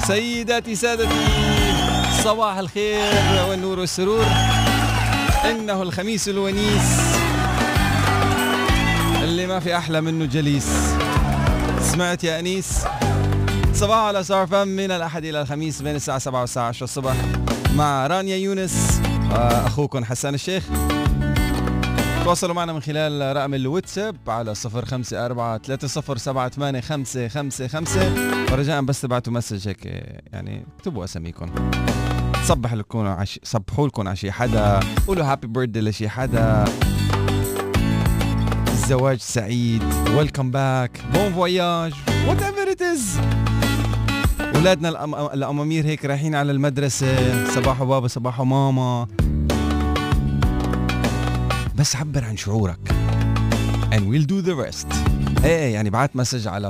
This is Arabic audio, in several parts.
سيداتي سادتي، صباح الخير والنور والسرور. إنه الخميس الونيس اللي ما في أحلى منه جليس. سمعت يا أنيس؟ صباح على ستار اف ام من الأحد إلى الخميس بين الساعة 7 والساعة 10 الصبح مع رانيا يونس وأخوكم حسان الشيخ. تواصلوا معنا من خلال رقم الواتساب على 0543078555. ورجاء بس تبعتوا مسج هيك، يعني اكتبوا اساميكم، صبحوا لكم على شي حدا، قولوا هابي بيرثدي لشي حدا، الزواج سعيد، ويلكم باك، بون فواياج، وات ايفر ات از. اولادنا الامامير هيك رايحين على المدرسه، صباحو بابا صباحو ماما. بس عبر عن شعورك and we'll do the rest. ايه يعني بعت مسج على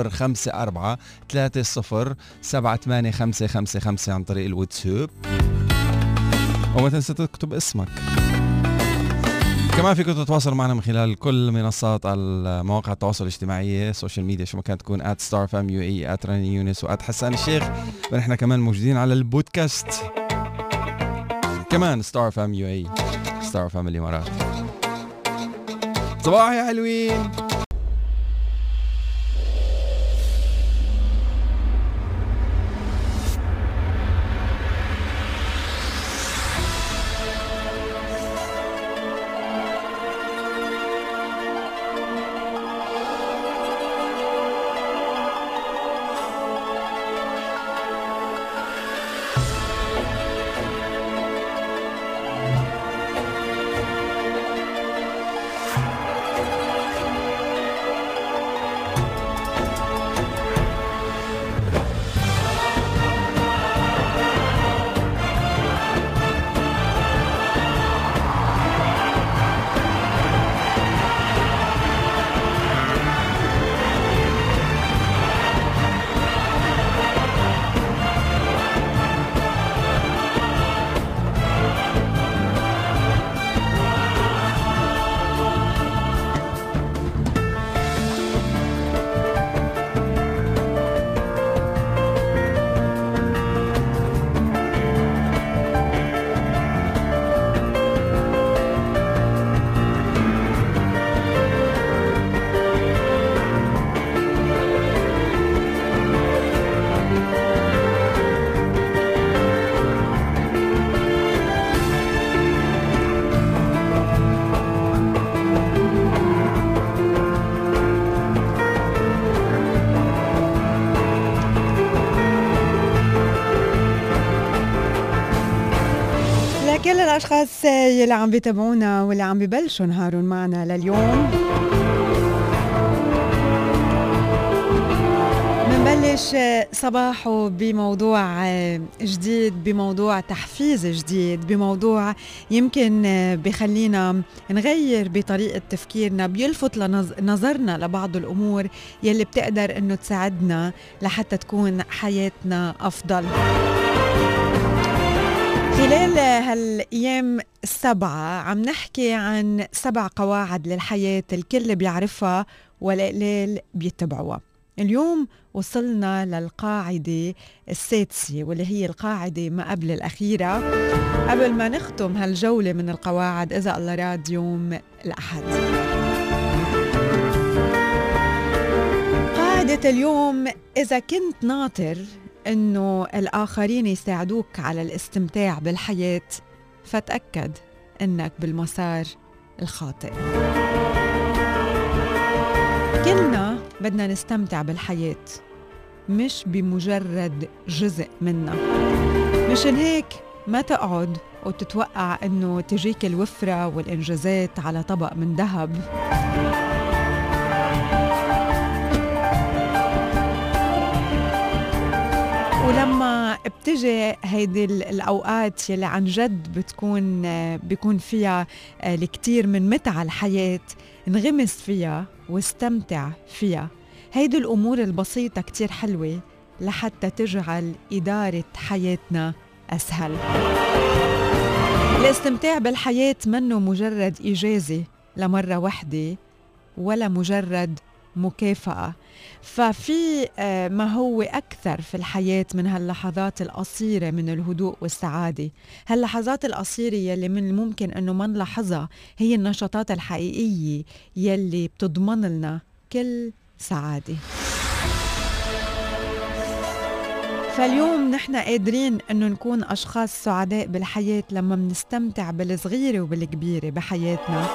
0543078555 عن طريق الواتساب، وما تنسى تكتب اسمك. كمان فيكم تتواصلوا معنا من خلال كل منصات المواقع التواصل الاجتماعي، سوشيال ميديا، شو ما كان تكون @starfmue @راني_يونس @حسان الشيخ. ونحن كمان موجودين على البودكاست كمان ستار اف ام يو ستار اف ام الامارات. صباح يا حلوين. كل الأشخاص يلي عم بيتابعونا واللي عم ببلشوا نهارهم معنا لليوم، منبلش صباحه بموضوع جديد، بموضوع تحفيز جديد، بموضوع يمكن بخلينا نغير بطريقة تفكيرنا، بيلفت نظرنا لبعض الأمور يلي بتقدر إنه تساعدنا لحتى تكون حياتنا أفضل. خلال هالأيام 7 عم نحكي عن 7 قواعد للحياة الكل بيعرفها والقليل بيتبعوها. اليوم وصلنا للقاعدة السادسة واللي هي القاعدة ما قبل الأخيرة، قبل ما نختم هالجولة من القواعد إذا الله راد يوم الأحد. قاعدة اليوم: إذا كنت ناطر إنه الآخرين يساعدوك على الاستمتاع بالحياة، فتأكد إنك بالمسار الخاطئ. كلنا بدنا نستمتع بالحياة، مش بمجرد جزء منها. مشان هيك ما تقعد وتتوقع إنه تجيك الوفرة والإنجازات على طبق من ذهب. ولما بتجي هيدي الأوقات يلي عن جد بيكون فيها الكتير من متع الحياة، نغمس فيها واستمتع فيها. هيدي الأمور البسيطة كتير حلوة لحتى تجعل إدارة حياتنا أسهل. الاستمتاع بالحياة منه مجرد إجازة لمرة واحدة، ولا مجرد مكافأة. ففي ما هو أكثر في الحياة من هاللحظات القصيرة من الهدوء والسعادة. هاللحظات القصيرة يلي من الممكن أنه ما نلاحظها هي النشاطات الحقيقية يلي بتضمن لنا كل سعادة. فاليوم نحن قادرين أنه نكون أشخاص سعداء بالحياة لما منستمتع بالصغيرة وبالكبيرة بحياتنا،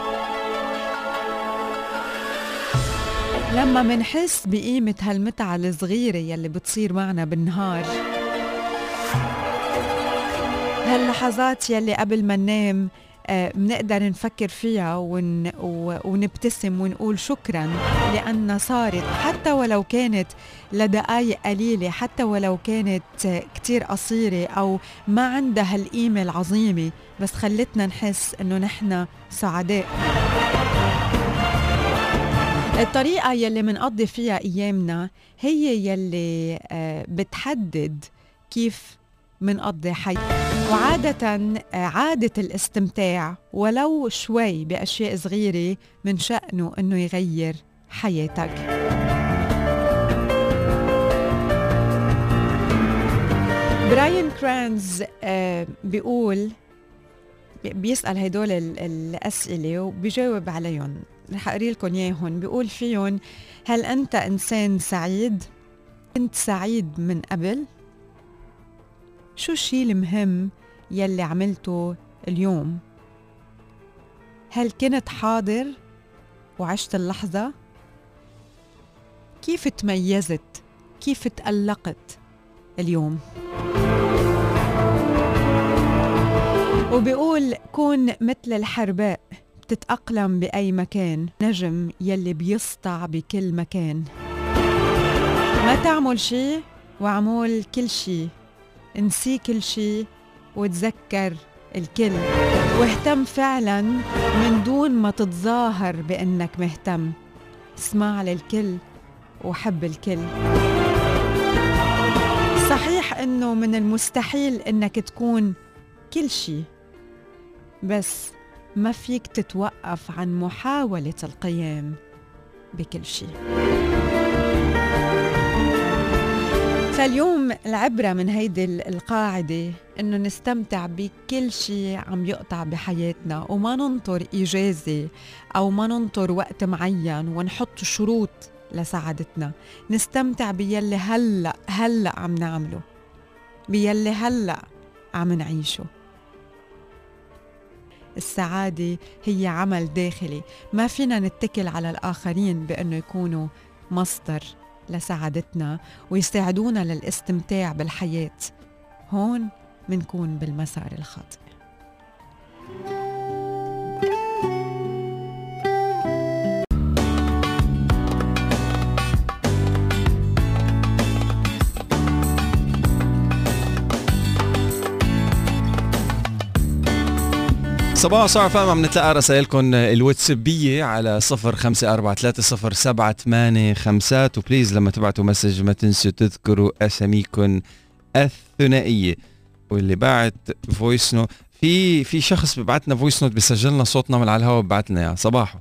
لما منحس بقيمة هالمتعة الصغيرة يلي بتصير معنا بالنهار، هاللحظات يلي قبل ما ننام بنقدر نفكر فيها ونبتسم ونقول شكرا لأنها صارت، حتى ولو كانت لدقايق قليلة، حتى ولو كانت كتير قصيرة أو ما عندها القيمة العظيمة، بس خلتنا نحس أنه نحن سعداء. الطريقة يلي منقضي فيها أيامنا هي يلي بتحدد كيف منقضي حياتنا. وعادة عادة الاستمتاع ولو شوي بأشياء صغيرة من شأنه أنه يغير حياتك. براين كرانز بيسأل هيدول الأسئلة وبيجاوب عليهم، رح أقري لكم إياهم. بيقول فيهم: هل أنت إنسان سعيد؟ كنت سعيد من قبل؟ شو الشيء المهم يلي عملته اليوم؟ هل كنت حاضر وعشت اللحظة؟ كيف تميزت؟ كيف تألقت اليوم؟ وبيقول: كون مثل الحرباء بتتأقلم بأي مكان، نجم يلي بيسطع بكل مكان. ما تعمل شي وعمول كل شي، انسي كل شي وتذكر الكل، واهتم فعلا من دون ما تتظاهر بأنك مهتم. اسمع للكل وحب الكل. صحيح انه من المستحيل انك تكون كل شي، بس ما فيك تتوقف عن محاولة القيام بكل شي. فاليوم العبرة من هيدي القاعدة إنه نستمتع بكل شي عم يقطع بحياتنا، وما ننطر إجازة أو ما ننطر وقت معين ونحط شروط لسعادتنا. نستمتع بيلي هلأ عم نعمله، بيلي هلأ عم نعيشه. السعادة هي عمل داخلي، ما فينا نتكل على الآخرين بأنه يكونوا مصدر لسعادتنا ويساعدونا للاستمتاع بالحياة. هون منكون بالمسار الخاطئ. صباح صار فاهم. عم نتلقى رسائلكم الواتسابية على 0543078885، وبليز لما تبعتوا مسج ما تنسوا تذكروا أساميكم الثنائية. واللي بعت فويس نوت، في شخص ببعتنا فويس نوت بيسجلنا صوتنا من على الهواء ببعتنا اياه. صباحو.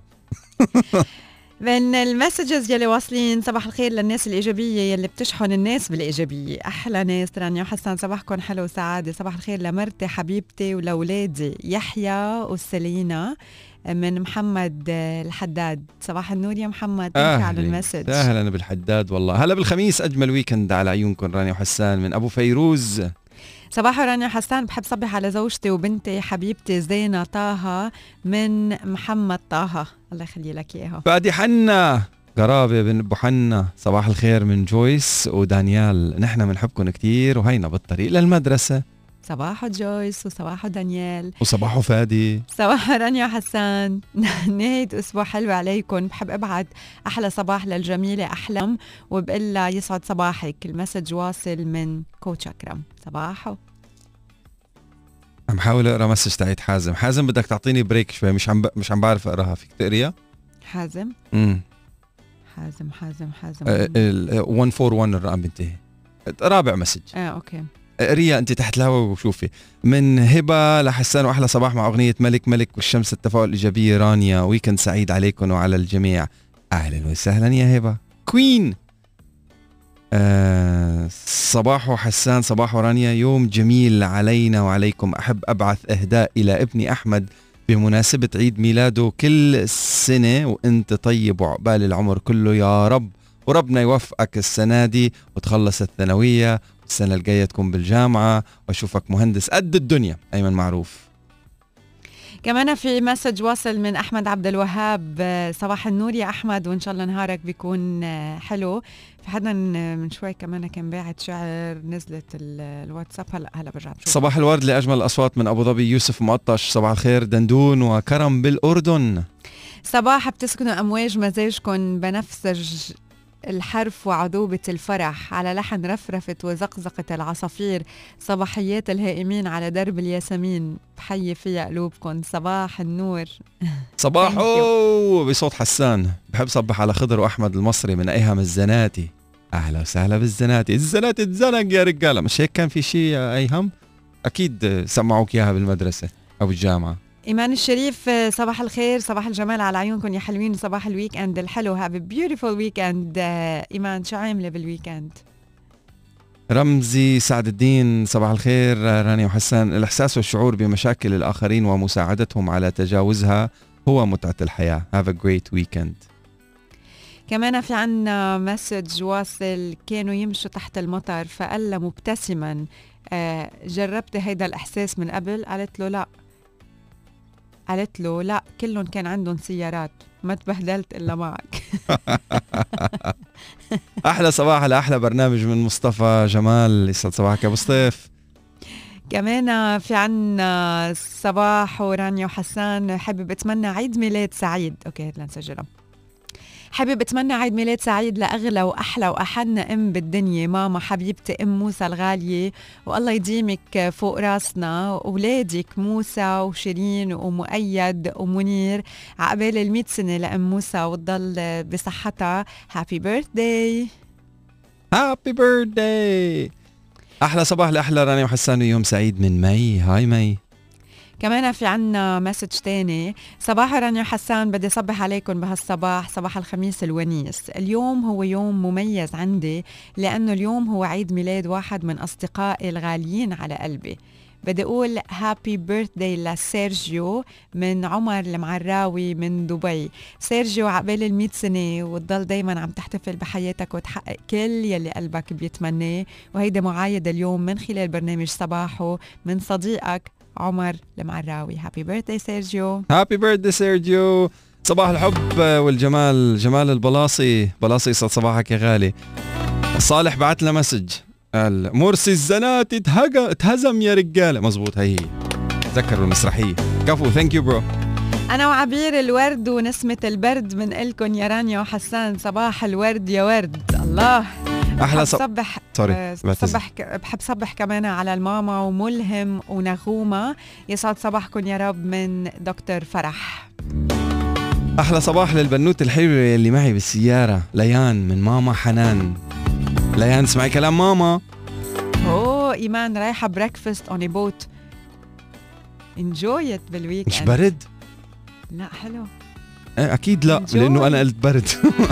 من المسجز يلي واصلين: صباح الخير للناس الإيجابية يلي بتشحن الناس بالإيجابية، أحلى ناس رانيا وحسن، صباحكم حلو وسعادة. صباح الخير لمرتي حبيبتي ولولادي يحيى وسلينا. من محمد الحداد. صباح النور يا محمد، تنفع على المسج. أهلا بالحداد والله. هلا بالخميس، أجمل ويكند على عيونكم. رانيا وحسان من أبو فيروز. صباح رانيا حسان، بحب صبح على زوجتي وبنتي حبيبتي زينة طه من محمد طه، الله يخلي لك إياها. فادي حنا قرابة بن أبو حنا. صباح الخير من جويس ودانيال، نحن بنحبكم كتير وهينا بالطريق للمدرسة. صباحو جويس وصباحو دانيال وصباحو فادي. صباح رانيا حسان. نهاية أسبوع حلوة عليكم. بحب أبعت أحلى صباح للجميلة أحلم وبقول لها يسعد صباحك. المسج واصل من كوتش أكرم. صباحو. عم حاول أقرأ مسج تاعت حازم. حازم بدك تعطيني بريك شوي، مش عم بعرف أقراها، فيك تقريها؟ حازم حازم 141 الرقم بنتهي. رابع مسج. أوكي. قريها انت تحت الهوا وشوفي. من هبة لحسان، واحلى صباح مع اغنية ملك ملك والشمس التفاؤل الايجابية. رانيا، ويكند سعيد عليكم وعلى الجميع. أهلا وسهلا يا هبة. كوين. صباح حسان، صباح رانيا، يوم جميل علينا وعليكم. أحب أبعث إهداء إلى ابني أحمد بمناسبة عيد ميلاده كل سنة وأنت طيب وعقبال العمر كله يا رب، وربنا يوفقك السنة دي وتخلص الثانوية والسنة الجاية تكون بالجامعة وأشوفك مهندس قد الدنيا. أيمن معروف. كمان في مسج واصل من أحمد عبد الوهاب، صباح النور يا أحمد وإن شاء الله نهارك بيكون حلو. في حدا من شوي كمان كان باعت شعر، نزلت الواتساب هلا برجع بشوف. صباح الورد لأجمل الأصوات من أبو ظبي، يوسف مقطش. صباح الخير دندون وكرم بالأردن. صباح بتسكنوا أمواج مزاجكم بنفسج الحرف وعذوبة الفرح على لحن رفرفة وزقزقة العصافير، صباحيات الهائمين على درب الياسمين بحيي فيها قلوبكم. صباح النور. صباحو بصوت حسان. بحب صبح على خضر وأحمد المصري من أيهم الزناتي. أهلا وسهلا بالزناتي. الزناتي اتزنق يا رجالة، مش هيك كان في شيء يا أيهم؟ أكيد سمعوك إياها بالمدرسة أو الجامعة. إيمان الشريف، صباح الخير، صباح الجمال على عيونكم يا حلوين، صباح الويك اند الحلو. هاف بيوتيفول ويك اند. إيمان شو عاملة بالويك اند؟ رمزي سعد الدين، صباح الخير رانيا وحسان. الإحساس والشعور بمشاكل الآخرين ومساعدتهم على تجاوزها هو متعة الحياة. Have a great weekend. كمان في عنا مسج واصل، كانوا يمشوا تحت المطر فقال له مبتسما جربت هيدا الإحساس من قبل؟ قالت له لا كلهم كان عندهم سيارات، ما تبهدلت إلا معك. أحلى صباح لأحلى برنامج من مصطفى جمال. يسعد صباحك يا أبو سطيف. كمان في عنا صباح ورانيا وحسان، حابب أتمنى عيد ميلاد سعيد. أوكي لنسجلها. حابب أتمنى عيد ميلاد سعيد لأغلى وأحلى وأحن أم بالدنيا، ماما حبيبتي أم موسى الغالية، والله يديمك فوق راسنا. وأولادك موسى وشيرين ومؤيد ومنير، عقبال 100 سنة لأم موسى وتضل بصحتها. هابي بيرثداي. هابي بيرثداي. أحلى صباح لأحلى رانيا وحسان، يوم سعيد من مي. هاي مي. كمان في عنا مسج تاني، صباح رانيا حسان، بدي صبح عليكم بهالصباح، صباح الخميس الونيس. اليوم هو يوم مميز عندي لأنه اليوم هو عيد ميلاد واحد من أصدقائي الغاليين على قلبي. بدي أقول هابي بيرثداي لسيرجيو من عمر المعراوي من دبي. سيرجيو عقبال 100 سنة وتضل دايما عم تحتفل بحياتك وتحقق كل يلي قلبك بيتمناه. وهيدا معايدة اليوم من خلال برنامج صباحو من صديقك عمر المعراوي. هابي بيرثداي سيرجيو. هابي بيرثداي سيرجيو. صباح الحب والجمال، جمال البلاصي. بلاصي يسعد صباحك يا غالي. صالح بعت لنا مسج قال مرسي الزناتي اتهزم يا رجاله. مزبوط، هي تذكروا المسرحيه. كفو. ثانك يو برو. انا وعبير الورد ونسمه البرد من إلكن يا رانيا وحسان. صباح الورد يا ورد. الله احلى صبح. بحب صبح كمان على الماما وملهم ونغومه. يسعد صباحكم يا رب من دكتور فرح. احلى صباح للبنوت الحلوه اللي معي بالسياره، ليان من ماما حنان. ليان اسمعي كلام ماما. ايمان رايحه بريكفاست اون بوت، انجوي ات بالويك. مش برد؟ لا حلو. اكيد لا enjoy. لانه انا قلت برد.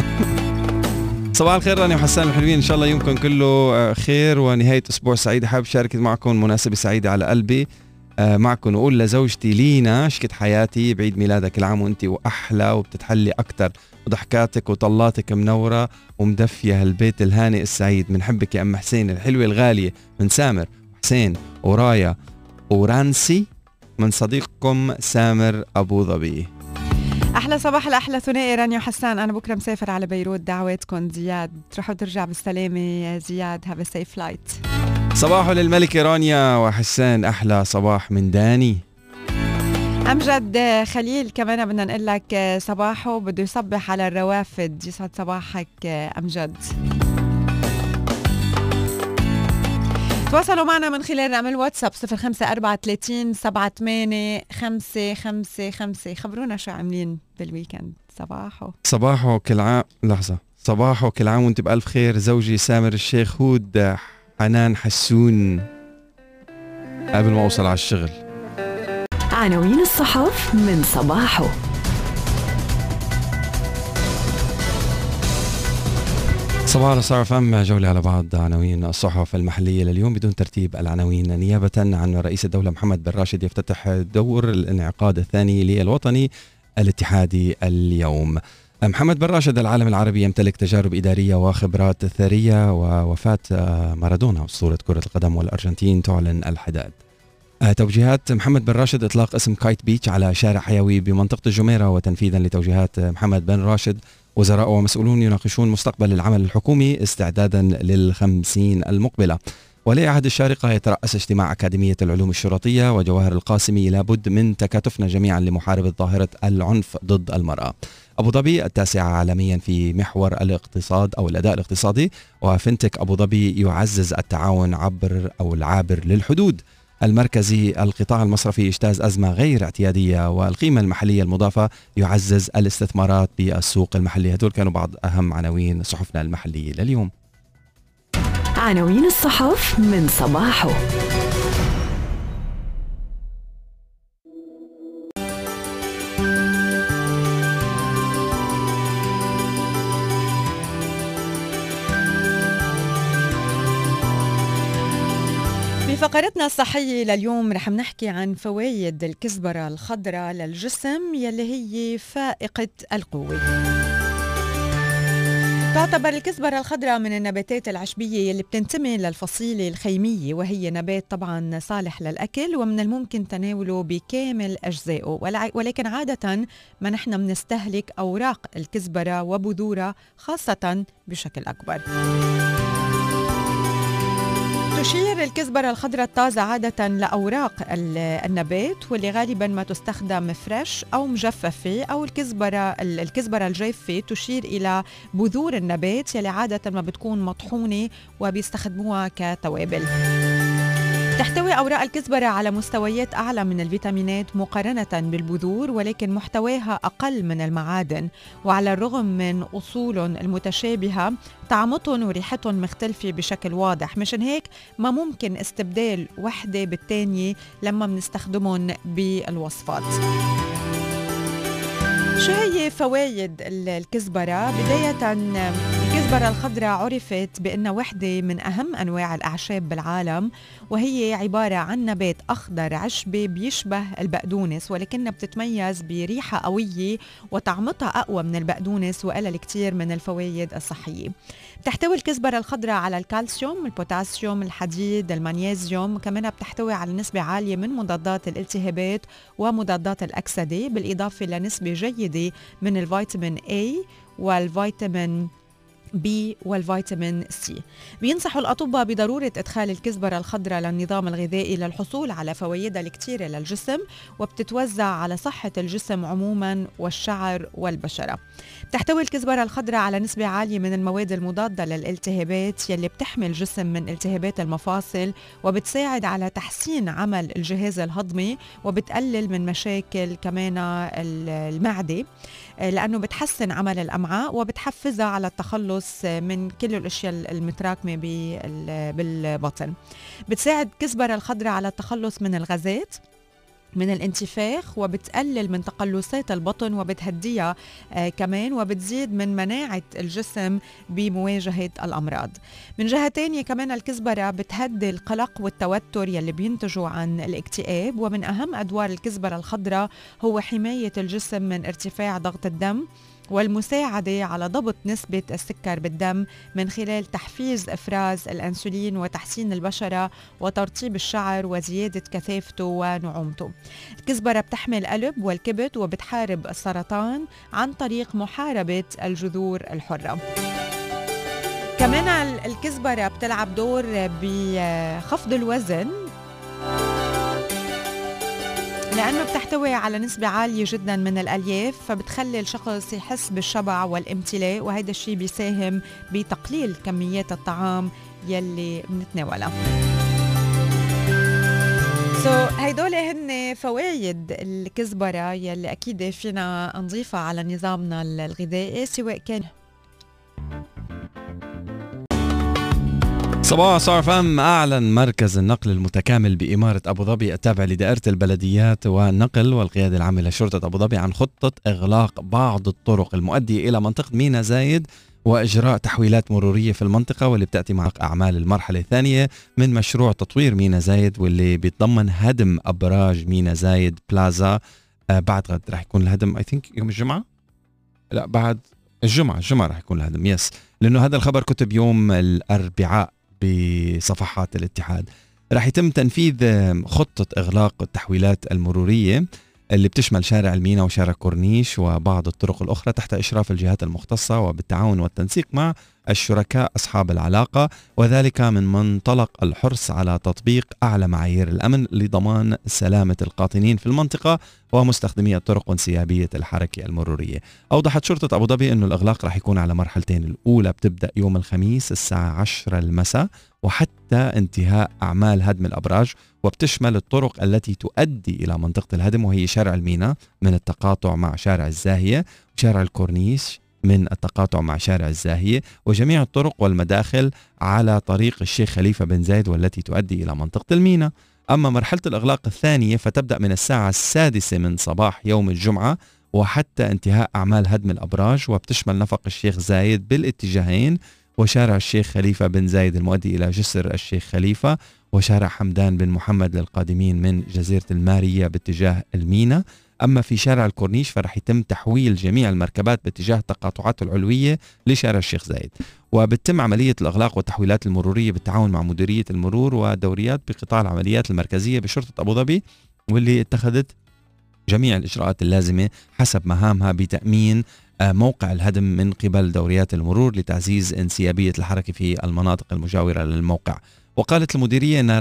صباح الخير رانيا وحسان الحلوين، ان شاء الله يومكم كله خير ونهايه اسبوع سعيده. حابب شارك معكم مناسبه سعيده على قلبي معكم، وأقول لزوجتي لينا شكت حياتي بعيد ميلادك، كل عام وانتي واحلى وبتتحلي اكثر، وضحكاتك وطلاتك منوره ومدفيه هالبيت الهانئ السعيد. بنحبك يا ام حسين الحلوه الغاليه. من سامر وحسين ورايا ورانسي من صديقكم سامر ابو ظبي. احلى صباح لاحلى ثنائي رانيا وحسان. انا بكره مسافر على بيروت، دعواتكم زياد. تروحوا ترجع بالسلامه يا زياد. هاف ا سيف فلايت. صباحو للملكه رانيا وحسان. احلى صباح من داني. امجد خليل كمان بدنا نقول لك صباحو، بده يصبح على الروافد. يسعد صباحك امجد. تواصلوا معنا من خلال رقم الواتساب 0543785555. خبرونا شو عاملين بالويكند. صباحو كل عام. لحظة. صباحو كل عام وانت بألف خير. زوجي سامر الشيخ هود حنان حسون. قبل ما أوصل على الشغل. عناوين الصحف من صباحو. صباح الخير فم جولة على بعض عناوين الصحف المحلية لليوم بدون ترتيب العناوين. نيابة عن رئيس الدولة محمد بن راشد يفتتح دور الانعقاد الثاني للوطني الاتحادي اليوم. محمد بن راشد العالم العربي يمتلك تجارب إدارية وخبرات ثرية، ووفاة مارادونا أسطورة كرة القدم والأرجنتين تعلن الحداد. توجيهات محمد بن راشد إطلاق اسم كايت بيتش على شارع حيوي بمنطقة الجميرة، وتنفيذا لتوجيهات محمد بن راشد وزراء ومسؤولون يناقشون مستقبل العمل الحكومي استعدادا لل50 المقبلة. ولي عهد الشارقة يترأس اجتماع أكاديمية العلوم الشرطية، وجواهر القاسمي لابد من تكاتفنا جميعا لمحاربة ظاهرة العنف ضد المرأة. أبو ظبي التاسعة عالميا في محور الاقتصاد أو الأداء الاقتصادي، وفنتك أبو ظبي يعزز التعاون العابر للحدود. المركزي القطاع المصرفي يجتاز أزمة غير اعتيادية، والقيمة المحلية المضافة يعزز الاستثمارات بالسوق المحلي. هدول كانوا بعض أهم عناوين صحفنا المحلية لليوم. عناوين الصحف من صباحه. فقرتنا الصحية لليوم رح نحكي عن فوائد الكزبرة الخضراء للجسم يلي هي فائقة القوة. تعتبر الكزبرة الخضراء من النباتات العشبية يلي بتنتمي للفصيلة الخيمية، وهي نبات طبعا صالح للأكل ومن الممكن تناوله بكامل أجزائه، ولكن عادة ما نحن بنستهلك أوراق الكزبرة وبذورها خاصة بشكل أكبر. تشير الكزبرة الخضراء الطازة عادة لأوراق النبات، واللي غالبا ما تستخدم فريش أو مجففة، أو الكزبرة الجافة تشير إلى بذور النبات يلي عادة ما بتكون مطحونة وبيستخدموها كتوابل. تحتوي أوراق الكزبرة على مستويات أعلى من الفيتامينات مقارنة بالبذور، ولكن محتواها أقل من المعادن، وعلى الرغم من أصولهم المتشابهة طعمتهم وريحتهم مختلفة بشكل واضح، مشان هيك ما ممكن استبدال وحدة بالتانية لما بنستخدمهم بالوصفات. شو هي فوائد الكزبرة؟ بداية الكزبرة الخضراء عرفت بأنها وحدة من أهم أنواع الأعشاب بالعالم، وهي عبارة عن نبات أخضر عشبي بيشبه البقدونس، ولكنها بتتميز بريحة قوية وطعمتها أقوى من البقدونس، وإلها الكثير من الفوائد الصحية. بتحتوي الكزبرة الخضراء على الكالسيوم، البوتاسيوم، الحديد، المغنيسيوم، كمان بتحتوي على نسبة عالية من مضادات الالتهابات ومضادات الأكسدة، بالإضافة لنسبة جيدة من الفيتامين A والفيتامين B والفيتامين C. بينصحوا الأطباء بضرورة إدخال الكزبرة الخضراء للنظام الغذائي للحصول على فوائدها الكثيرة للجسم، وبتتوزع على صحة الجسم عموما والشعر والبشرة. بتحتوي الكزبرة الخضراء على نسبة عالية من المواد المضادة للالتهابات يلي بتحمي الجسم من التهابات المفاصل، وبتساعد على تحسين عمل الجهاز الهضمي، وبتقلل من مشاكل كمان المعدة لأنه بتحسن عمل الأمعاء، وبتحفزها على التخلص من كل الأشياء المتراكمة بالبطن. بتساعد الكزبرة الخضراء على التخلص من الغازات، من الانتفاخ، وبتقلل من تقلصات البطن، وبتهديها كمان، وبتزيد من مناعة الجسم بمواجهة الأمراض. من جهة تانية كمان الكزبرة بتهدي القلق والتوتر يلي بينتجوا عن الاكتئاب، ومن أهم أدوار الكزبرة الخضراء هو حماية الجسم من ارتفاع ضغط الدم، والمساعدة على ضبط نسبة السكر بالدم من خلال تحفيز إفراز الأنسولين وتحسين البشرة وترطيب الشعر وزيادة كثافته ونعومته. الكزبرة بتحمي القلب والكبد، وبتحارب السرطان عن طريق محاربة الجذور الحرة. كمان الكزبرة بتلعب دور بخفض الوزن، لأنه بتحتوي على نسبة عالية جدا من الألياف، فبتخلي الشخص يحس بالشبع والامتلاء، وهذا الشيء بيساهم بتقليل كميات الطعام يلي بنتناولها. هيدول هن فوائد الكزبرة يلي أكيد فينا نضيفها على نظامنا الغذائي، سواء كان صباح صار فم. أعلن مركز النقل المتكامل بإمارة أبو ظبي التابع لدائرة البلديات والنقل والقيادة العامة لشرطة أبو ظبي عن خطة إغلاق بعض الطرق المؤدية إلى منطقة مينا زايد وإجراء تحويلات مرورية في المنطقة، واللي بتأتي مع أعمال المرحلة الثانية من مشروع تطوير ميناء زايد، واللي بيتضمن هدم أبراج ميناء زايد بلازا. بعد غد رح يكون الهدم I think يوم الجمعة، لا بعد الجمعة رح يكون الهدم، يس، لأنه هذا الخبر كتب يوم الأربعاء بصفحات الاتحاد. رح يتم تنفيذ خطة إغلاق التحويلات المرورية اللي بتشمل شارع المينا وشارع كورنيش وبعض الطرق الأخرى تحت إشراف الجهات المختصة وبالتعاون والتنسيق مع الشركاء أصحاب العلاقة، وذلك من منطلق الحرص على تطبيق أعلى معايير الأمن لضمان سلامة القاطنين في المنطقة ومستخدمي الطرق وانسيابية الحركة المرورية. أوضحت شرطة أبو ظبي أنه الإغلاق رح يكون على مرحلتين، الأولى بتبدأ يوم الخميس الساعة 10 المساء وحتى انتهاء أعمال هدم الأبراج، وبتشمل الطرق التي تؤدي إلى منطقة الهدم، وهي شارع المينا من التقاطع مع شارع الزاهية، وشارع الكورنيش من التقاطع مع شارع الزاهية، وجميع الطرق والمداخل على طريق الشيخ خليفة بن زايد والتي تؤدي إلى منطقة المينا. أما مرحلة الإغلاق الثانية فتبدأ من الساعة 6 من صباح يوم الجمعة وحتى انتهاء أعمال هدم الأبراج، وبتشمل نفق الشيخ زايد بالاتجاهين، وشارع الشيخ خليفة بن زايد المؤدي إلى جسر الشيخ خليفة، وشارع حمدان بن محمد للقادمين من جزيرة المارية باتجاه المينا. أما في شارع الكورنيش فرح يتم تحويل جميع المركبات باتجاه التقاطعات العلوية لشارع الشيخ زايد، وبتتم عملية الإغلاق والتحويلات المرورية بالتعاون مع مديرية المرور ودوريات بقطاع العمليات المركزية بشرطة أبو ظبي، واللي اتخذت جميع الإجراءات اللازمة حسب مهامها بتأمين موقع الهدم من قبل دوريات المرور لتعزيز انسيابية الحركة في المناطق المجاورة للموقع. وقالت المديرية أنها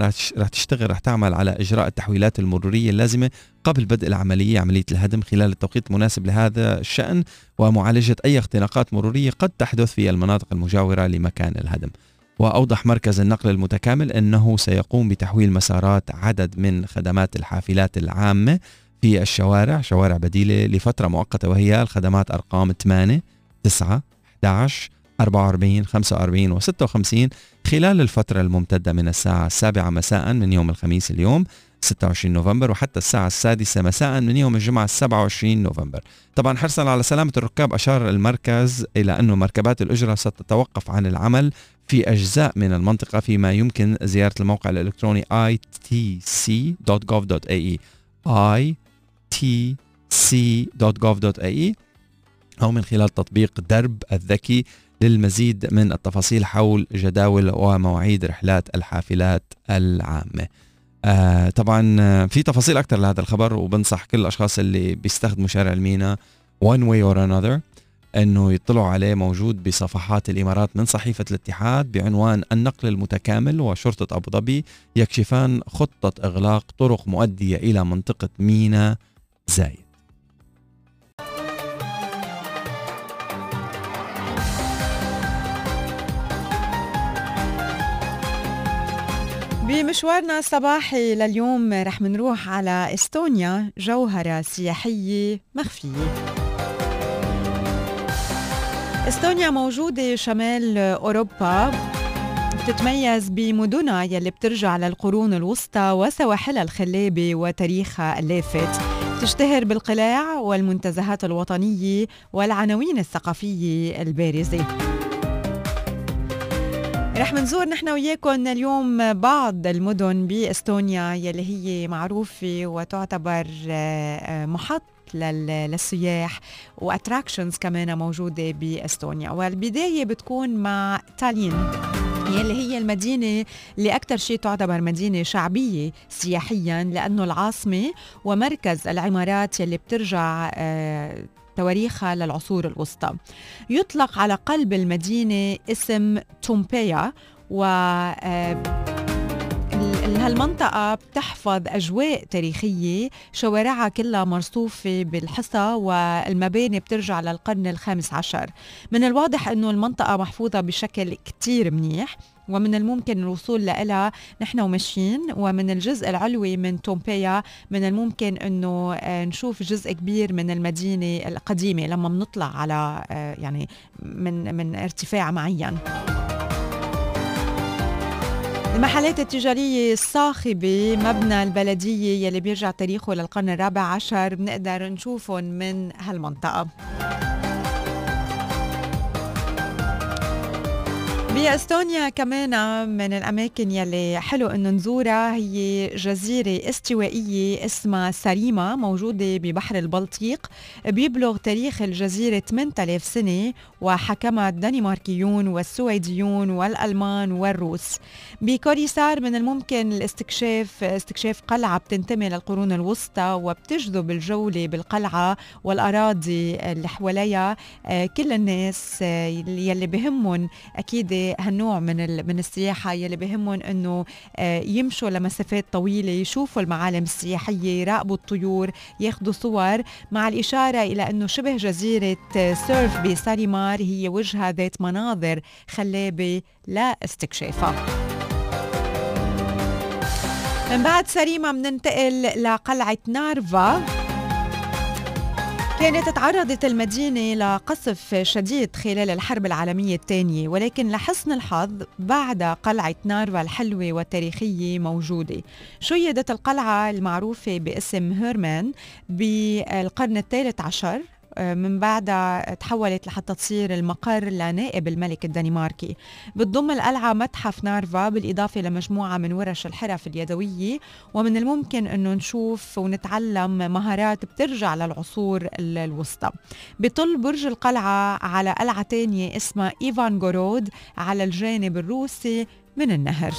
رح تعمل على إجراء التحويلات المرورية اللازمة قبل بدء عملية الهدم خلال التوقيت المناسب لهذا الشأن، ومعالجة أي اختناقات مرورية قد تحدث في المناطق المجاورة لمكان الهدم. وأوضح مركز النقل المتكامل أنه سيقوم بتحويل مسارات عدد من خدمات الحافلات العامة في الشوارع، شوارع بديلة لفترة مؤقتة، وهي الخدمات أرقام 8 9 11 44 45 و56 خلال الفترة الممتدة من الساعة 7 مساء من يوم الخميس اليوم 26 نوفمبر وحتى الساعة 6 مساء من يوم الجمعة 27 نوفمبر. طبعا حرصا على سلامة الركاب أشار المركز إلى أن مركبات الأجرة ستتوقف عن العمل في أجزاء من المنطقة، فيما يمكن زيارة الموقع الإلكتروني itc.gov.ae itc.gov.ae أو من خلال تطبيق درب الذكي للمزيد من التفاصيل حول جداول ومواعيد رحلات الحافلات العامة. طبعا في تفاصيل أكثر لهذا الخبر، وبنصح كل الأشخاص اللي بيستخدموا شارع المينا one way or another أنه يطلعوا عليه، موجود بصفحات الإمارات من صحيفة الاتحاد بعنوان النقل المتكامل وشرطة أبو ظبي يكشفان خطة إغلاق طرق مؤدية إلى منطقة مينا زايد. بمشوارنا الصباحي لليوم رح منروح على إستونيا، جوهرة سياحية مخفية. إستونيا موجودة شمال أوروبا، بتتميز بمدنها يلي بترجع للقرون الوسطى وسواحلها الخلابة وتاريخها اللافت. بتشتهر بالقلاع والمنتزهات الوطنية والعناوين الثقافية البارزة. رح منزور نحن وياكم اليوم بعض المدن بإستونيا يلي هي معروفة وتعتبر محط للسياح، واتراكشنز كمان موجودة بإستونيا. والبداية بتكون مع تالين يلي هي المدينة اللي أكتر شيء تعتبر مدينة شعبية سياحيا، لأنه العاصمة ومركز العمارات يلي بترجع تواريخها للعصور الوسطى. يطلق على قلب المدينة اسم تومبيا، و هالمنطقة بتحفظ أجواء تاريخية، شوارعها كلها مرصوفة بالحصى والمباني بترجع للقرن ال15. من الواضح أنه المنطقة محفوظة بشكل كتير منيح، ومن الممكن الوصول لها نحن وماشيين. ومن الجزء العلوي من تومبيا من الممكن أنه نشوف جزء كبير من المدينة القديمة لما بنطلع على يعني من ارتفاع معين. المحلات التجارية الصاخبة، مبنى البلدية يلي بيرجع تاريخه للقرن ال14 بنقدر نشوفهم من هالمنطقة. بأستونيا كمان من الأماكن يلي حلو إنه نزورها هي جزيرة استوائية اسمها ساريما موجودة ببحر البلطيق. بيبلغ تاريخ الجزيرة 8000 سنة وحكمها الدنماركيون والسويديون والألمان والروس. بكوريسار من الممكن استكشاف قلعة بتنتمي للقرون الوسطى وبتجذب الجولة بالقلعة والأراضي اللي حواليها كل الناس يلي بهمهم أكيد هالنوع من السياحة، يلي بهمهم أنه يمشوا لمسافات طويلة، يشوفوا المعالم السياحية، يراقبوا الطيور، ياخدوا صور، مع الإشارة إلى أنه شبه جزيرة سيرف بساريمار هي وجهة ذات مناظر خلابة لا استكشافها. من بعد ساريما مننتقل لقلعة نارفا. كانت تعرضت المدينة لقصف شديد خلال الحرب العالمية الثانية، ولكن لحسن الحظ بعد قلعة نارفا الحلوة والتاريخية موجودة. شيدت القلعة المعروفة باسم هيرمان بالقرن الثالث عشر، من بعدها تحولت لحتى تصير المقر لنائب الملك الدنماركي. بتضم القلعة متحف نارفا بالإضافة لمجموعة من ورش الحرف اليدوية، ومن الممكن أنه نشوف ونتعلم مهارات بترجع للعصور الوسطى. بيطل برج القلعة على قلعة تانية اسمها إيفانغورود على الجانب الروسي من النهر.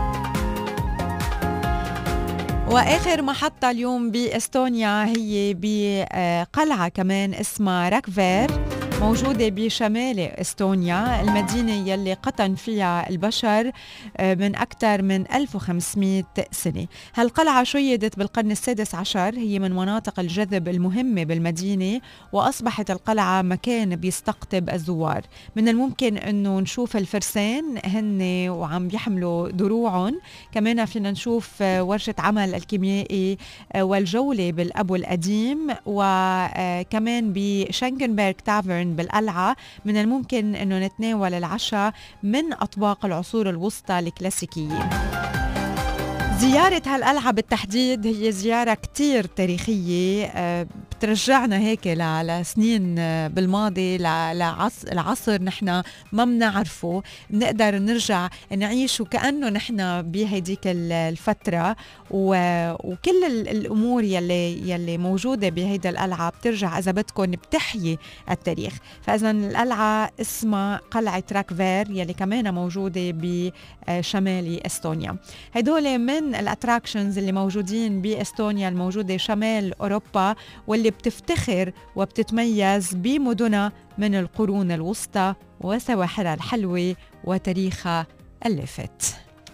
وآخر محطة اليوم بإستونيا هي بقلعة كمان اسمها راكفير موجودة بشمال إستونيا، المدينة يلي قطن فيها البشر من أكثر من 1500 سنة. هالقلعة شيدت بالقرن السادس عشر، هي من مناطق الجذب المهمة بالمدينة، وأصبحت القلعة مكان بيستقطب الزوار. من الممكن أنه نشوف الفرسان هن وعم بيحملوا دروعهم، كمان فينا نشوف ورشة عمل الكيميائي والجولة بالأبو القديم، وكمان بشنغنبرغ تافرن بالقلعة من الممكن أنه نتناول العشاء من أطباق العصور الوسطى الكلاسيكية. زيارة هالقلعة بالتحديد هي زيارة كتير تاريخية، بترجعنا هيك لسنين بالماضي، لعصر نحن ما بنعرفه، بنقدر نرجع نعيش وكأنه نحن بهيديك الفترة، وكل الأمور يلي موجودة بهيدا القلعة بترجع إذا بدكم بتحيي التاريخ. فإذا القلعة اسمها قلعة راكفير يلي كمان موجودة بشمال إستونيا. هيدول من الاتراكشنز اللي موجودين باستونيا الموجوده شمال اوروبا، واللي بتفتخر وبتتميز بمدنها من القرون الوسطى وسواحلها الحلوه وتاريخها اللافت.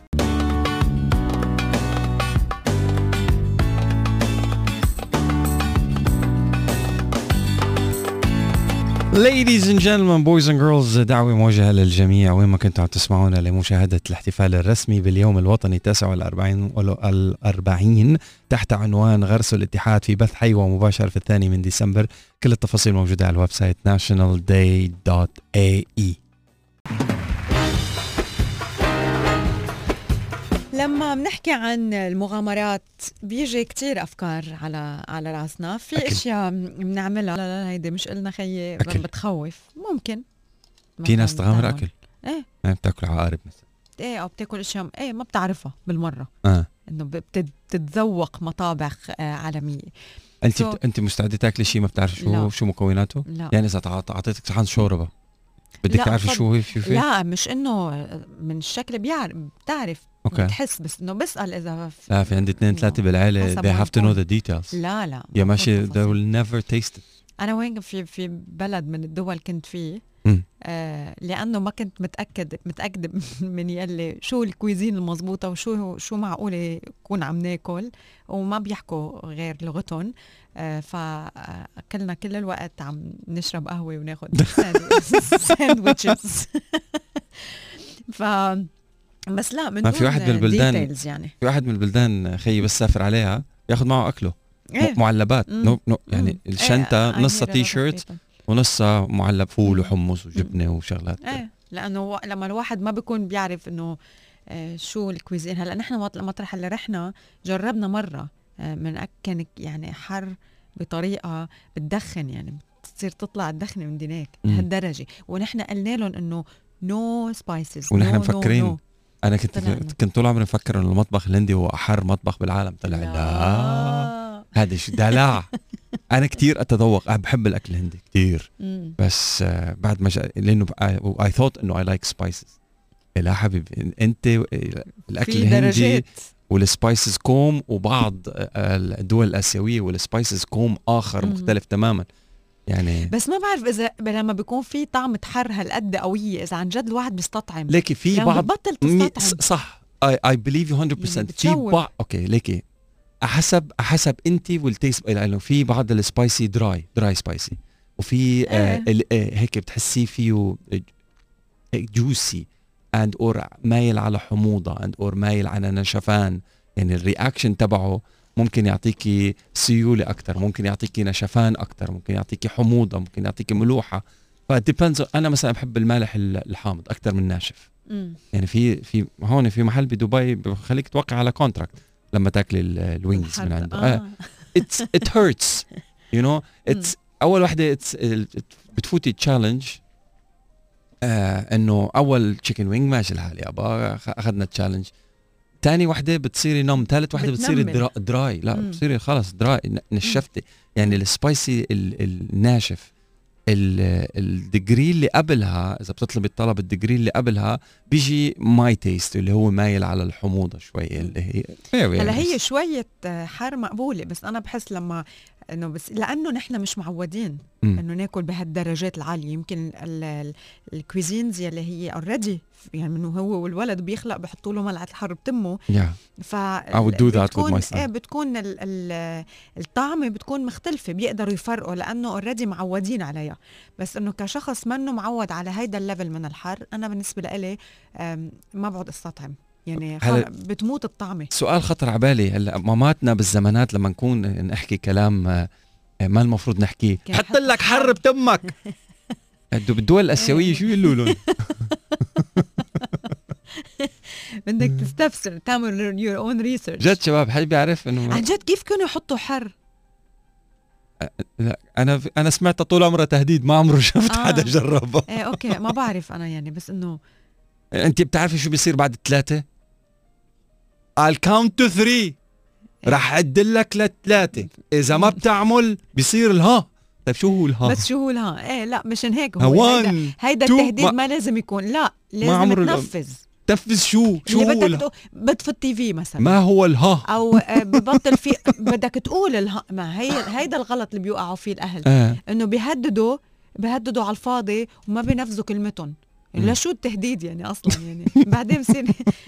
Ladies and gentlemen, boys and girls، دعوة موجهة للجميع وين ما كنتوا عم تسمعونا لمشاهدة الاحتفال الرسمي باليوم الوطني 49 تحت عنوان غرس الاتحاد في بث حي ومباشر في 2 ديسمبر. كل التفاصيل موجودة على الويب سايت nationalday.ae. لما بنحكي عن المغامرات بيجي كتير أفكار على راسنا. في أكل. أشياء بنعملها لا هيدي مش قلنا خيي بتخوف، ممكن في ناس تغامر أكل إيه بتاكل عقارب مثلا، إيه أو بتاكل أشياء إيه ما بتعرفها بالمرة، إنه بتتذوق مطابخ عالمية. أنت مستعدة تاكلي شيء ما بتعرف شو مكوناته؟ لا. يعني إذا أعطيتك صحن شوربة بدك تعرفي شو فيه؟ لا مش إنه من الشكل بتعرف بتحس، بس انه بسأل اذا لا في عندي 2-3 بالعائله they have to know the details. لا يا ماشي they will never taste it. انا وين في بلد من الدول كنت فيه لانه ما كنت متاكد من يلي شو الكويزين المضبوطه وشو معقوله يكون عم ناكل، وما بيحكوا غير لغتهم، فاكلنا كل الوقت عم نشرب قهوه وناخد ساندويتشز. بس لا من في واحد من البلدان يعني في واحد من البلدان خيي بس سافر عليها ياخذ معه اكله معلبات يعني الشنطه نصها تي شيرت ونصها معلب فول وحمص وجبنه وشغلات لانه لما الواحد ما بيكون بيعرف انه شو الكويزين. هلا نحن المطرح اللي رحنا جربنا مره من كان يعني حر بطريقه بتدخن، يعني تصير تطلع الدخنه من دينك لهالدرجه، ونحن قلنا لهم انه نو سبايسز. ونحن مفكرين انا طلع كنت طول عمري مفكر انه المطبخ الهندي هو احر مطبخ بالعالم. طلع لا هذا شيء دلع. انا كتير اتذوق، انا بحب الاكل الهندي كتير، بس بعد ما لانه I thought انه I like spices. لا حبيبي، انت الاكل الهندي والسبايسز كوم، وبعض الدول الاسيويه والسبايسز كوم اخر مختلف تماما يعني. بس ما بعرف اذا لما بيكون في طعم حر هالقد قويه اذا عن جد الواحد بيستطعم. ليكي في بعض بطل تستطعم. صح I believe you 100%. في بعض اوكي ليكي حسب انت والتيست، لانه في بعض السبايسي دراي سبايسي، وفي هيك بتحسيه فيه جوسي اند اور مايل على حموضه اند اور مايل على نشفان. يعني الرياكشن تبعه ممكن يعطيكي سيوله اكثر، ممكن يعطيكي نشفان اكثر، ممكن يعطيكي حموضه، ممكن يعطيكي ملوحه. فديبندز. انا مثلا بحب المالح الحامض اكثر من الناشف. يعني في هون في محل بدبي بخليك توقع على كونتراكت لما تاكلي الوينجز من عنده. it hurts you know. اول وحده بتفوتي تشالنج انه اول تشيكن وينج ماشي الحال يابا اخذنا تشالنج. تاني وحده بتصيري نم، ثالث وحده بتصيري دراي. لا بتصيري خلص دراي، نشفتي. يعني السبايسي الناشف الدجري اللي قبلها، اذا بتطلبي الطلب الدجري اللي قبلها بيجي ماي تيست اللي هو مايل على الحموضه شويه، اللي هي هلا هي شويه حار مقبوله. بس انا بحس لما انه بس لانه نحن مش معودين انه ناكل بهالدرجات العاليه. يمكن الكويزينز اللي هي اوريدي يعني منه هو والولد بيخلق بحطوا له ملعقه الحر بتمه. بتكون الطعمه بتكون مختلفه، بيقدروا يفرقوا لانه اوريدي معودين عليها. بس انه كشخص منه معود على هيدا الليفل من الحر، انا بالنسبه لي ما بعد استطعم يعني بتموت الطعمه. سؤال خطر على بالي هلا، ماماتنا بالزمانات لما نكون نحكي كلام ما المفروض نحكيه، حط لك حر بتمك. بالدول الاسيويه شو يقولوا لهم؟ بدك تستفسر تعمل يور اون ريسيرش. جد شباب حد بيعرف انه عن جد كيف كانوا يحطوا حر؟ لا انا سمعت طول عمره تهديد، ما عمره شفت حدا جربه. اوكي ما بعرف انا يعني، بس انه انت بتعرفي شو بيصير بعد 3؟ I'll count to 3 رح أعدلك ل3. إذا ما بتعمل بيصير الها. طيب شو هو الها؟ بس شو هو الها؟ لا مشان هيك هو هيدا التهديد ما لازم يكون. لا لازم تنفذ. تنفذ شو هو الها؟ بطفي التي في مثلا. ما هو الها؟ أو ببطل في بدك تقول الها. ما هيدا الغلط اللي بيوقعوا فيه الأهل. إنه بيهددوا على الفاضي وما بينفذوا كلمتهم. لا شو التهديد يعني اصلا يعني. بعدين بصير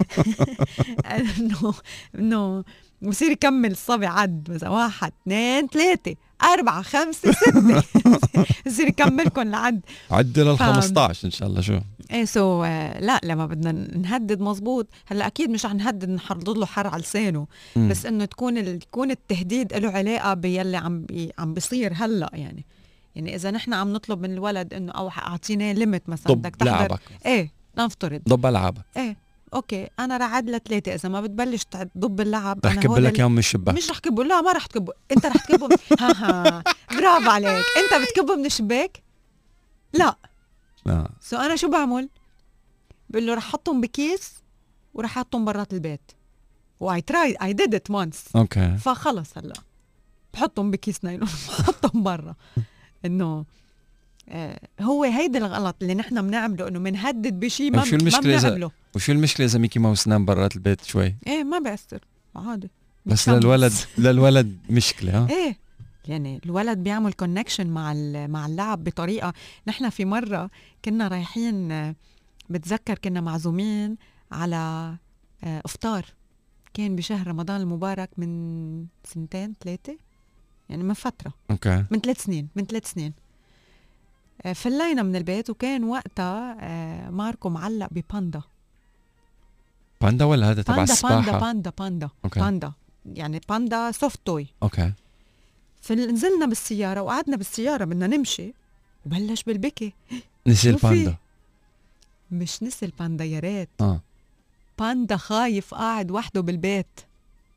انه بصير يكمل الصبي عد مثلا 1 2 3 4 5 6 بصير يكملكم لعد عد لل 15 ان شاء الله. شو لا لما بدنا نهدد مزبوط. هلا اكيد مش رح نهدد نحرض له حر على لسانه، بس انه يكون التهديد له علاقه باللي عم بيصير هلا يعني اذا نحن عم نطلب من الولد انه او اعطيناه ليميت مثلا بدك تحضر نفترض ضب العابك. اوكي انا رعد ل3، اذا ما بتبلش تضب اللعب رح كب لك اياهم من الشباك. مش رح كبه، لا ما رح تكبه، انت رح تكبه برافو عليك، انت بتكبه من الشباك. لا سو انا شو بعمل؟ بقول له رح احطهم بكيس ورح احطهم برات البيت. I did it once. اوكي فخلص هلا بحطهم بكيس نايلون بحطهم برا. انه هو هيدا الغلط اللي نحن بنعمله، انه بنهدد بشيء ما بنعمله. وشو المشكله اذا ميكي ماوس نام برات البيت شوي؟ ما بيأثر عادي، بس للولد مشكله. يعني الولد بيعمل كونكشن مع اللعب بطريقه. نحن في مره كنا رايحين، بتذكر كنا معزومين على افطار، كان بشهر رمضان المبارك من 2 3 يعني من فترة. اوكي من 3 سنين فلينا من البيت، وكان وقتها ماركو معلق بباندا. باندا ولا هذا تبع السباحة؟ باندا باندا يعني باندا سوفت توي. اوكي فنزلنا بالسيارة وقعدنا بالسيارة بدنا نمشي، وبلش بالبكي. نسي الباندا؟ مش نسي الباندا يا ريت. باندا خايف قاعد وحده بالبيت.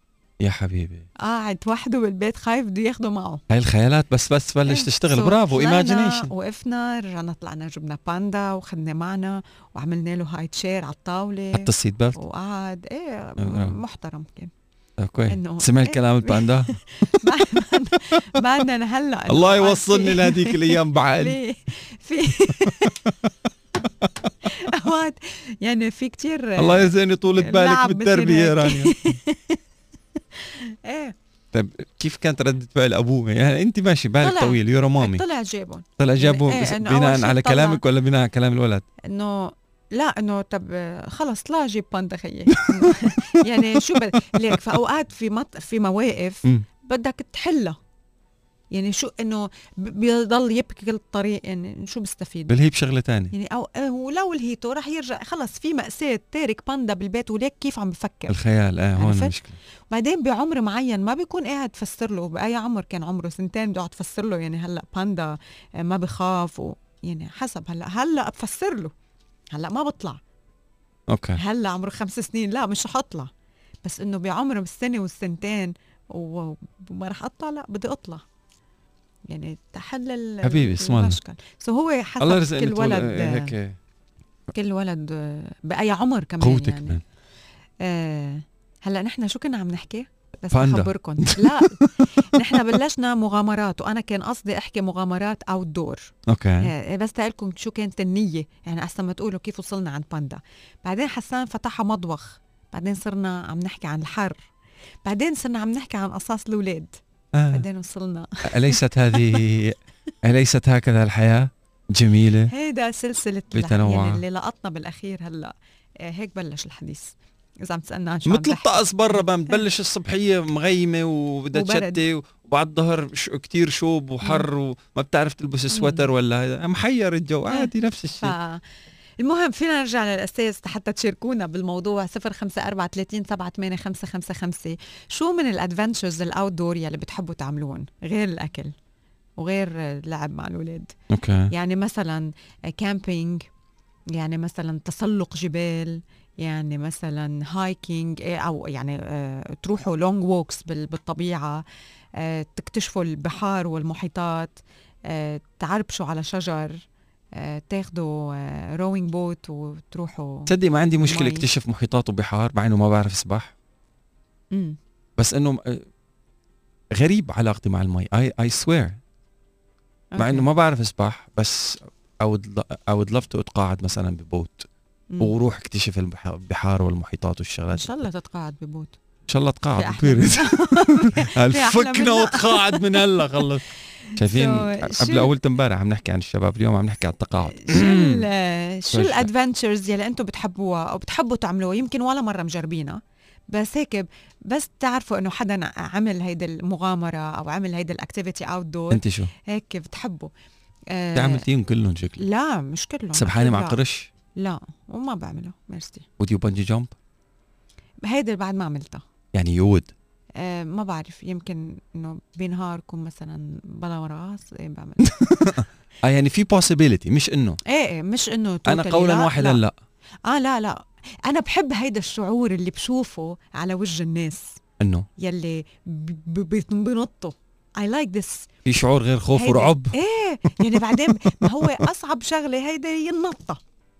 يا حبيبي قاعد وحده بالبيت خايف بده ياخده معه. هاي الخيالات بس بلش تشتغل. برافو ايماجينيشن. وقفنا رجعنا طلعنا جبنا باندا وخدنا معنا وعملنا له هاي تشير على الطاولة حتى السيت بيلت وقعد محترم كان. اوكي سمع الكلام الباندا. بعدنا هلا الله يوصلني لهذيك الايام بعقل. في اوقات يعني في كتير الله يزيني طولة بالك بالتربية رانيا. ايه طيب كيف كانت ردة فعل ابوه؟ يعني انت ماشي بالك طويل يورا مامي طلع جابهم يعني بناء على كلامك ولا بناء على كلام الولد؟ انه لا انه طب خلص لا جيب باندا خيي. يعني شو ليك في اوقات في مواقف بدك تحلها. يعني شو انه بيضل يبكي كل الطريق يعني شو بيستفيد؟ بالهيب شغله ثانيه يعني او ولو الهيتو رح يرجع خلص في مأساة تارك باندا بالبيت وليك كيف عم بفكر الخيال. هون المشكله. بعدين بعمر معين ما بيكون قاعد تفسر له. بأي عمر كان عمره 2 بده تفسر له يعني هلا باندا ما بخاف يعني حسب هلا بفسر له. هلا ما بطلع اوكي هلا عمره 5 سنين لا مش رح اطلع. بس انه بعمر السنة والسنتين وما رح اطلع لا بدي اطلع. يعني تحلل حبيبي اسمع هو حسب كل ولد هيك. كل ولد بأي عمر كمان قوتك يعني. هلا نحن شو كنا عم نحكي بس باندا. أخبركم لا نحن بلشنا مغامرات وأنا كان قصدي أحكي مغامرات أوت دور. اوكي بس تقلكم شو كانت النية يعني أحسن ما تقولوا كيف وصلنا عند باندا. بعدين حسان فتحها مطبخ. بعدين صرنا عم نحكي عن الحر. بعدين صرنا عم نحكي عن قصص الأولاد. بعدين وصلنا أليست هكذا الحياة جميلة؟ هيدا سلسلة يعني اللي لقطنا بالأخير هلأ. هيك بلش الحديث. إذا عم تسألنا عن شو مثل الطقس برا بتبلش الصبحية مغيمة وبدها تشتي وبعد الظهر كتير شوب وحر وما بتعرف تلبس سويتر ولا محير الجو عادي نفس الشيء. المهم فينا نرجع للأساس حتى تشاركونا بالموضوع 0543385555. شو من الادفنتشرز الاوت دور يلي بتحبوا تعملون غير الأكل وغير اللعب مع الأولاد؟ أوكي. يعني مثلا كامبينج، يعني مثلا تسلق جبال، يعني مثلا هايكينج أو يعني تروحوا لونج ووكس بالطبيعة، تكتشفوا البحار والمحيطات، تعربشوا على شجر، تاخدوا روينج بوت وتروحوا. تصدق ما عندي مشكلة اكتشف محيطات وبحار مع انه ما بعرف اسبح. بس انه غريب علاقتي مع المي. I swear. مع انه ما بعرف اسبح بس I would love to اتقاعد مثلا ببوت وروح اكتشف البحار والمحيطات والشغلات. ان شاء الله تتقاعد ببوت. ان شاء الله اتقاعد ببيرز. الفكنا واتقاعد من هلا خلص. شايفين قبل اول امبارح عم نحكي عن الشباب، اليوم عم نحكي عن التقاعد. شو الادفنتشرز يلي انتم بتحبوها او بتحبوا تعملوها يمكن ولا مره مجربينها بس هيك بس تعرفوا انه حدا عمل هيدا المغامره او عمل هيدا الاكتيفيتي اوت دور؟ انت شو هيك بتحبوا؟ عملتيهم كلهم شكل؟ لا مش كلهم. سبحانه مع قرش؟ لا وما بعمله. ميرسي. وديو بنجي جامب؟ هيدا بعد ما عملتها. يعني يود ما بعرف يمكن انه بنهاركم مثلا بلا راس بعمل. يعني في possibility مش انه مش انه انا قولا واحدا لا. لا انا بحب هيدا الشعور اللي بشوفه على وجه الناس انه يلي بنطوا. I like this. في شعور غير خوف ورعب. يعني بعدين ما هو اصعب شغله هيدا هي النطه.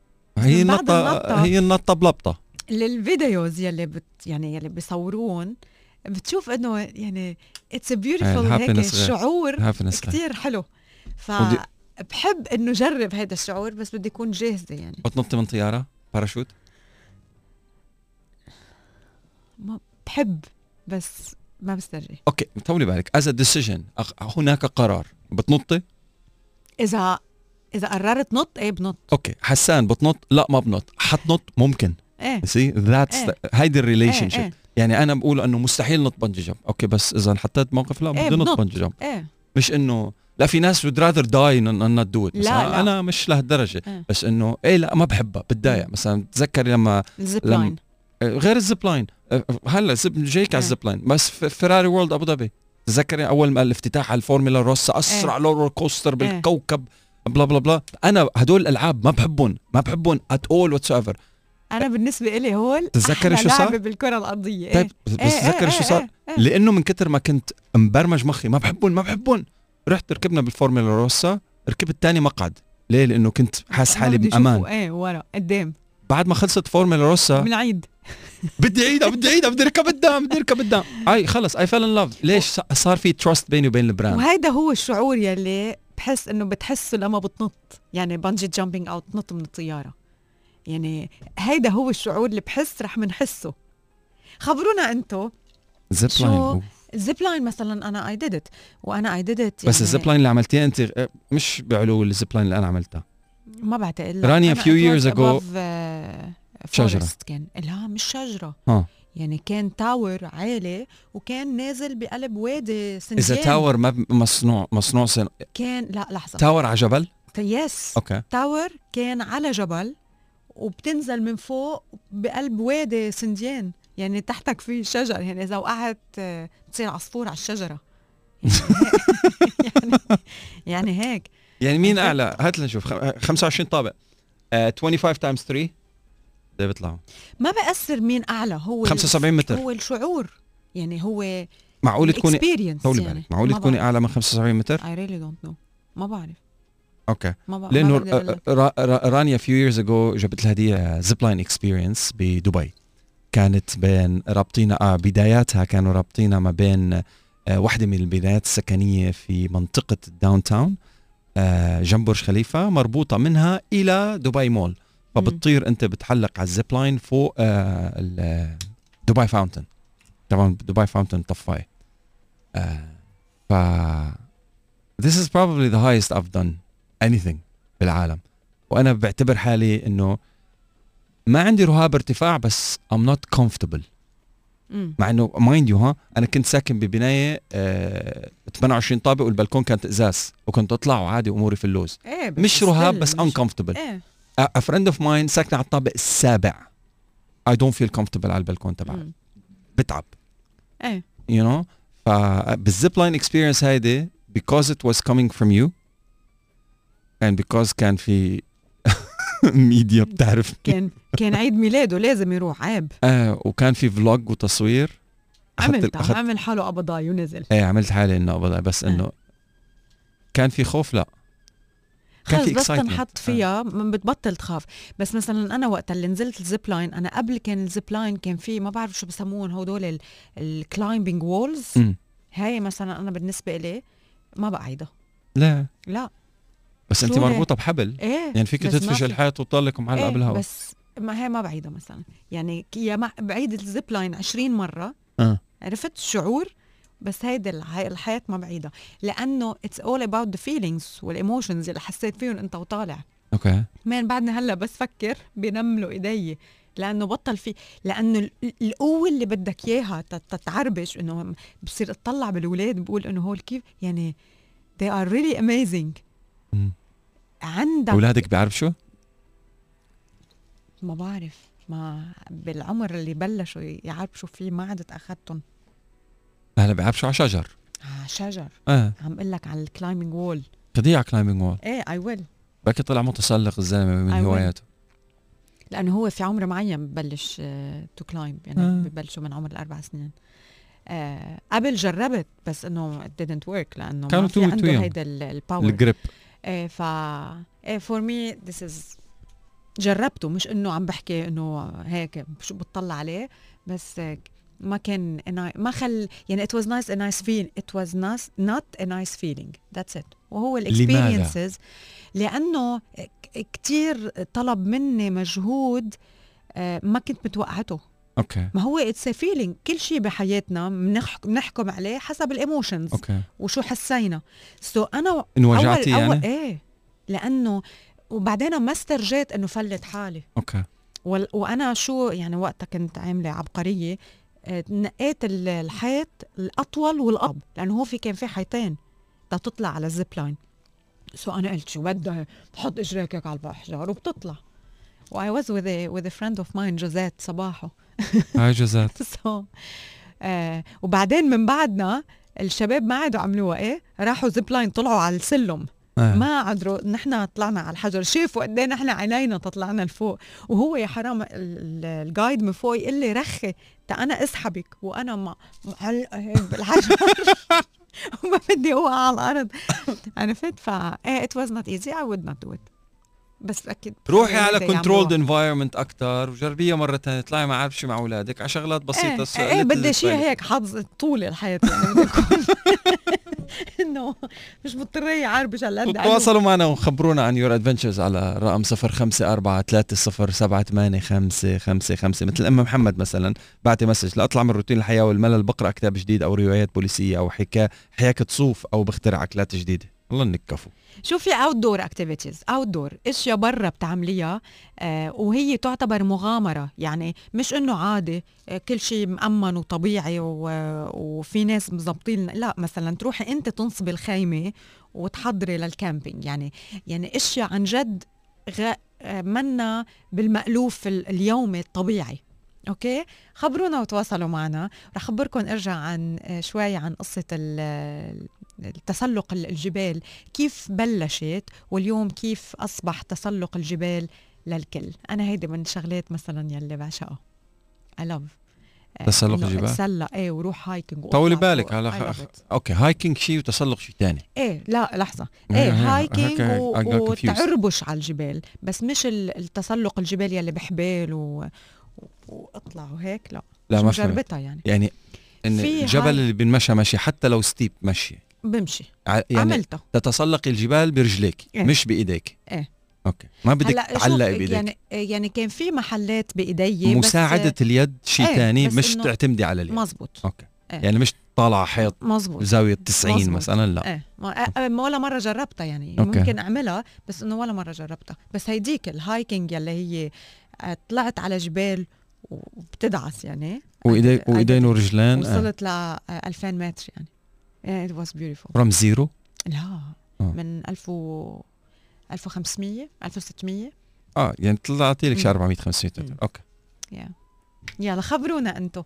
هي النطه بلبطه. للفيديوز يلي يعني يلي بيصورون بتشوف انه يعني it's a beautiful هيك الشعور كتير حلو. فبحب انه جرب هيدا الشعور بس بدي يكون جاهزه. يعني بتنطي من طياره باراشوت؟ ما بحب بس ما بسترجي. اوكي طولي بالك as a decision هناك قرار بتنطي؟ اذا قررت نط بنط. اوكي حسان بتنط؟ لا ما بنط. حتنط ممكن. see that's هيدي الريليشن شيب. يعني انا بقول انه مستحيل نط بنجي جمب. اوكي بس اذا حطيت موقف لا بدي نط بنجي جمب. مش انه لا في ناس would rather die not do it. لا انا مش لهالدرجه. بس انه لا ما بحبها بتضايق. مثلا تذكر لما غير الزبلاين هلا جايك على الزبلاين بس فيراري وورلد ابو ظبي تذكري اول ما الافتتاح على الفورمولا روسا اسرع رولر كوستر بالكوكب بلا بلا بلا. انا هدول الالعاب ما بحبهم at all whatsoever. انا بالنسبه لي هول تتذكري شو صار؟ لعبه بالكره الارضيه. طيب بس تتذكري شو صار؟ لانه من كتر ما كنت مبرمج مخي ما بحبون رحت ركبنا بالفورمولا روسا، ركبت تاني مقعد. ليه؟ لانه كنت حاس حالي بامان. ورا قدام. بعد ما خلصت فورمولا روسا بنعيد بدي اعيدها بدي اركب قدام اي خلص اي فيل ان لاف. ليش؟ صار في تراست بيني وبين البراند. وهيدا هو الشعور يلي بحس انه بتحسه لما بتنط، يعني بانجي جامبينج او تنط من الطياره. يعني هيدا هو الشعور اللي بحس رح منحسه. خبرونا انتو زيب لاين. الزيب لاين مثلا انا اي ديد ات يعني بس الزيب لاين اللي عملتيه انت مش بعلو الزيب لاين اللي انا عملتها. ما بعتقد. رانيا few years ago شجرة كان. لا مش شجرة. يعني كان تاور عالي وكان نازل بقلب وادي سنديان. إذا تاور ما مصنوع كان لا لحظة. تاور على جبل؟ يس. اوكي. تاور كان على جبل وبتنزل من فوق بقلب وادي سنديان، يعني تحتك في شجر، يعني إذا وقعت بتصير عصفور على الشجرة. يعني هيك. يعني مين أعلى؟ هات لنشوف. 25 طابق 25 times 3 ده بيطلعوا. ما بأثر مين أعلى، هو 75 متر. هو الشعور، يعني هو معقول تكوني طولي بالك معقول تكوني أعلى من 75 متر؟ I really don't know. ما بعرف. اوكي. لأنه رانيا few years ago جابت لها هدية زيب لاين اكسبيرينس بدبي. كانت بين رابطينا بداياتها كانوا رابطينا ما بين واحدة من البدايات السكنية في منطقة الداون تاون جنب برج خليفة، مربوطة منها إلى دبي مول. فبتطير أنت بتحلق على الزيب لاين فوق دبي فاونتن. طبعا دبي فاونتن طفاية. ف this is probably the highest I've done anything بالعالم. وأنا بعتبر حالي إنه ما عندي رهاب ارتفاع، بس I'm not comfortable. مع انه mind you انا كنت ساكن ببنايه 28 طابق والبلكون كانت ازاز، وكنت اطلع عادي اموري في اللوز. مش رهاب بس uncomfortable. a friend of mine ساكنه على الطابق السابع. I don't feel comfortable على البلكون تبعها. بتعب. you know. فبالزيب لاين experience هيدي because it was coming from you and because كان في ميديا بتعرف كان عيد ميلاده لازم يروح عيب. وكان في فلوج وتصوير. عمل حاله قبضاي ونزل. عملت حالي انه قبضاي، بس انه كان في خوف. لا خلص بس تنحط فيها بتبطل تخاف. بس مثلا انا وقت اللي نزلت الزيب لاين، انا قبل كان الزيب لاين كان في ما بعرف شو بسموهم هدول الكلايمبينج وولز. هاي مثلا انا بالنسبه لي ما بعيدها. لا بس انت مربوطه بحبل. يعني فيك تدفش الحيط وتضلك معلقه بالهواء. بس ما هي ما بعيده مثلا، يعني بعيد الزيب لاين 20 مره. عرفت الشعور. بس هيدا الحياه ما بعيده، لانه it's all about the feelings والايموشنز اللي حسيت فيهم انت وطالع. اوكي. مان بعدني هلا بس فكر بنملوا ايدي، لانه بطل في، لانه القوه اللي بدك اياها تتعربش، انه بصير اطلع بالولاد بقول انه هول كيف يعني they are really amazing. عندك اولادك بيعرفوا؟ ما بعرف، ما بالعمر اللي بلشوا يعرفوا فيه ما عدت اخذتهم. هلا بيعرفوا على شجر. شجر. عم اقول لك على الكلايمينج وول. خديه على كلايمينج وول. اي ويل. بلكي طلع متسلق الزلمه من هواياته. لانه هو في عمر معين ببلش تو كلايمب، يعني ببلشوا من عمر 4 سنين. قبل جربت بس انه it didn't work، لانه ما في عنده هيدا الباور الجريب. ف for me this is جربته، مش انه عم بحكي انه هيك شو بتطلع عليه، بس ما كان ما خل يعني it was nice a nice feeling. It was not a nice feeling. That's it. وهو الاكسبيرينسز لانه كتير طلب مني مجهود ما كنت متوقعته. اوكي. ما هو اتس فيلينج، كل شيء بحياتنا بنحكم عليه حسب الايموشنز. وشو حسينا. انا انوجعتي يعني؟ ايه، لانه وبعدين ما استرجيت انه فلت حالي. اوكي. وانا شو يعني وقتها كنت عامله عبقريه، نقيت الحيط الاطول والاقرب، لانه هو كان في حيطين تطلع على الزيب لاين. انا قلت شو بدها تحط اجريك هيك على الحجر وبتطلع. I was with a friend of mine جوزات صباحه. هاي جوزات. وبعدين من بعدنا الشباب ما عادوا عملوها. راحوا زيب لاين، طلعوا على السلم ما قدروا. نحن طلعنا على الحجر، شافوا قد ايه نحن عينينا طلعنا لفوق، وهو يا حرام الجايد من فوق يقول لي رخي انا اسحبك، وانا معلقه هيك بالحجر وما بدي اوقع على الارض. عرفت؟ it was not easy. I would not do it. بس اكيد روحي على كنترولد انفايرمنت اكثر وجربيها مره ثانيه، طلعي ما عارف شي مع اولادك على شغلات بسيطه. بدي شيء هيك حظ طول الحياه يعني بدي اكون انه مش مضطريه عاربش على قد. تواصلوا معنا وخبرونا عن يور ادفنتشرز على رقم 0543078555 مثل ام محمد مثلا بعتي مسج لاطلع من روتين الحياه والملل، بقرا كتاب جديد او روايات بوليسيه او حكايه صوف او بخترع اكلات جديده. والله انك كفو. شوفي outdoor activities، outdoor اشياء برا بتعمليها وهي تعتبر مغامرة، يعني مش انه عادي كل شيء مأمن وطبيعي وفي ناس مزبطين، لا مثلا تروحي انت تنصبي الخيمة وتحضري للكامبينج، يعني اشياء عن جد منا بالمألوف اليومي الطبيعي. اوكي، خبرونا وتواصلوا معنا. رح اخبركم ارجع عن شوي عن قصة التسلق الجبال، كيف بلشت واليوم كيف أصبح تسلق الجبال للكل. أنا هيدي من الشغلات مثلا يلي بعشقها. I love تسلق الجبال. اتسلق وروح هايكنج. طولي بالك على اوكي هايكنج شيء وتسلق شيء تاني. لا لحظة، هايكنج وتعربش على الجبال، بس مش التسلق الجبال يلي بحبال واطلعوا هيك، لا مش مجربتها يعني إن الجبل اللي بنمشى مشي حتى لو ستيب مشي بمشي يعني عملته. تتسلقي الجبال برجليك مش بايديك. اوكي، ما بدك تعلقي بايديك. يعني كان في محلات بايدي مساعدة بس اليد شيء ثاني، مش تعتمدي على اليد. مزبوط. اوكي. يعني مش طالع حيط مزبوط زاوية 90 مثلا، لا ولا مرة جربتها يعني. أوكي. ممكن اعملها بس انه ولا مرة جربتها. بس هيديك الهايكنج يلي هي طلعت على جبال وبتدعس يعني وايدين ورجلين، وصلت ل 2000 متر يعني. it was beautiful. from zero؟ لا من 1500 1600. يعني طلعتي لك شي 400 500 متر. اوكي يلا خبرونا انتو.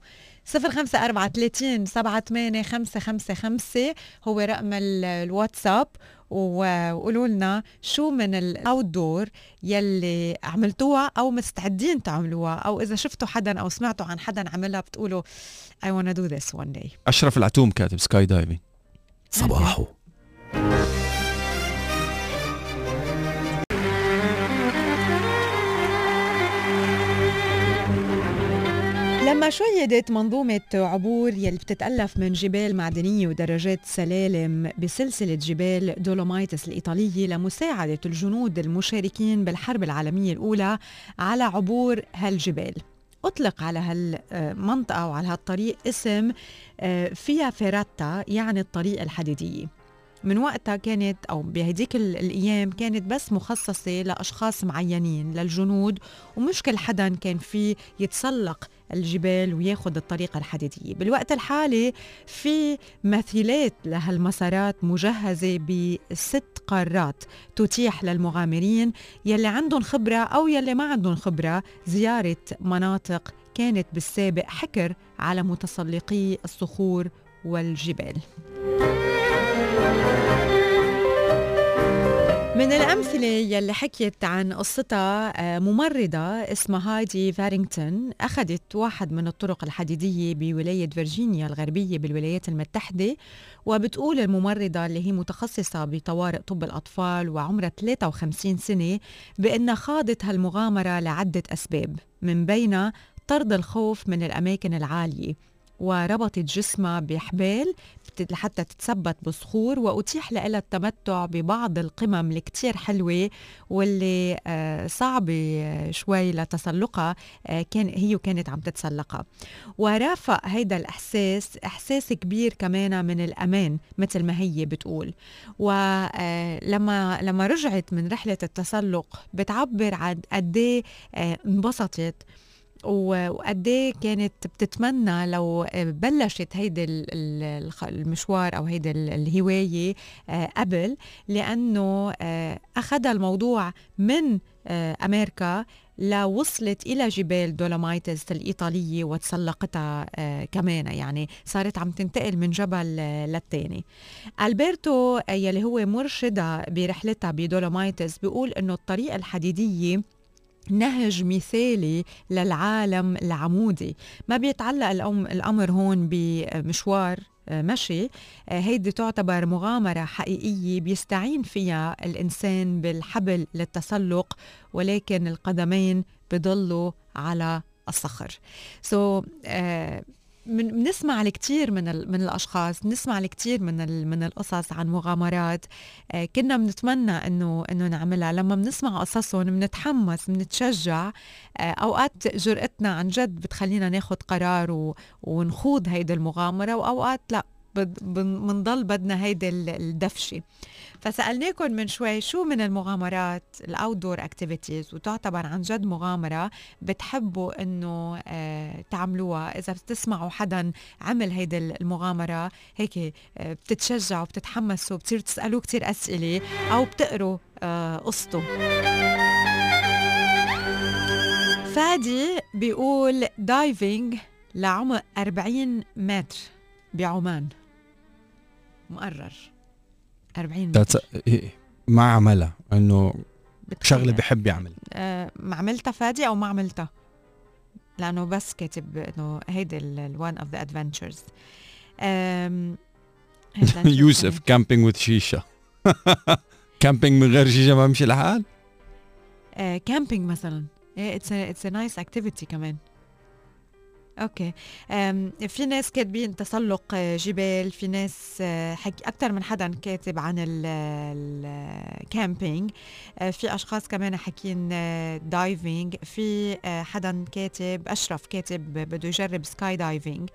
0534278555 هو رقم الواتساب، وقولوا لنا شو من الاوتدور يلي عملتوها او مستعدين تعملوها، او اذا شفتوا حدا او سمعتوا عن حدا عملها بتقولوا I wanna do this one day. أشرف العتوم كاتب سكاي دايفنج. صباحو. لما شيدت منظومة عبور يلي بتتألف من جبال معدنية ودرجات سلالم بسلسلة جبال دولومايتس الإيطالية لمساعدة الجنود المشاركين بالحرب العالمية الأولى على عبور هالجبال، أطلق على هالمنطقة وعلى هالطريق اسم فيا فيراتا، يعني الطريق الحديدية. من وقتها كانت أو بهديك الأيام كانت بس مخصصة لأشخاص معينين، للجنود، ومش كل حدا كان فيه يتسلق الجبال وياخد الطريقة الحديدية. بالوقت الحالي في مثيلات لهالمسارات مجهزة ب6 قارات تتيح للمغامرين يلي عندهم خبرة أو يلي ما عندهم خبرة زيارة مناطق كانت بالسابق حكر على متسلقي الصخور والجبال. من الأمثلة يلي حكيت عن قصتها ممرضة اسمها هايدي فارينغتون، أخذت واحد من الطرق الحديدية بولاية فيرجينيا الغربية بالولايات المتحدة، وبتقول الممرضة اللي هي متخصصة بطوارئ طب الأطفال وعمرها 53 سنة بأنها خاضت هالمغامرة لعدة أسباب، من بينها طرد الخوف من الأماكن العالية، وربطت جسمها بحبال لحتى تتثبت بصخور، وأتيح لها التمتع ببعض القمم الكتير حلوة واللي صعبة شوي لتسلقها، كانت عم تتسلقها. ورافق هيدا الإحساس إحساس كبير كمان من الأمان مثل ما هي بتقول. ولما رجعت من رحلة التسلق بتعبر عن قديه انبسطت وقديه كانت بتتمنى لو بلشت هيدا المشوار أو هيدا الهواية قبل، لأنه أخذ الموضوع من أمريكا لوصلت إلى جبال دولومايتس الإيطالية وتسلقتها كمان، يعني صارت عم تنتقل من جبل للتاني. ألبرتو يلي هو مرشدها برحلتها بدولومايتس بيقول إنه الطريقة الحديدية نهج مثالي للعالم العمودي، ما بيتعلق الأمر هون بمشوار مشي. هيدي تعتبر مغامرة حقيقية بيستعين فيها الإنسان بالحبل للتسلق، ولكن القدمين بيضلوا على الصخر. بنسمع الكثير من الاشخاص، بنسمع الكثير من القصص عن مغامرات كنا بنتمنى انه نعملها. لما بنسمع قصصهم بنتحمس، بنتشجع، اوقات جرأتنا عن جد بتخلينا ناخد قرار ونخوض هيدي المغامرة، واوقات لا بنضل بدنا هيدي الدفشة. فسألناكم من شوي شو من المغامرات الأوتدور اكتيفيتيز وتعتبر عن جد مغامرة بتحبوا انه تعملوها. اذا بتسمعوا حدا عمل هيدي المغامرة هيك بتتشجعوا وبتتحمسوا، بتصيروا تسألوه كتير أسئلة أو بتقروا قصته. فادي بيقول دايفنج لعمق 40 متر بعمان، مقرر 40 متر. ما عملها انه شغله بحب يعمل. ما عملتها فادي او ما عملتها؟ لانه بس كاتب انه هيدي one of the adventures. يوسف كامبينج وذ شيشه. كامبينج من غير شيشه ما بمشي الحال. كامبينج مثلا it's a nice activity كمان. اوكي. في ناس كاتبين تسلق جبال، في ناس اكثر من حدا كاتب عن الكامبينج، في اشخاص كمان حكين دايفينج، في حدا كاتب اشرف كاتب بده يجرب سكاي دايفينج.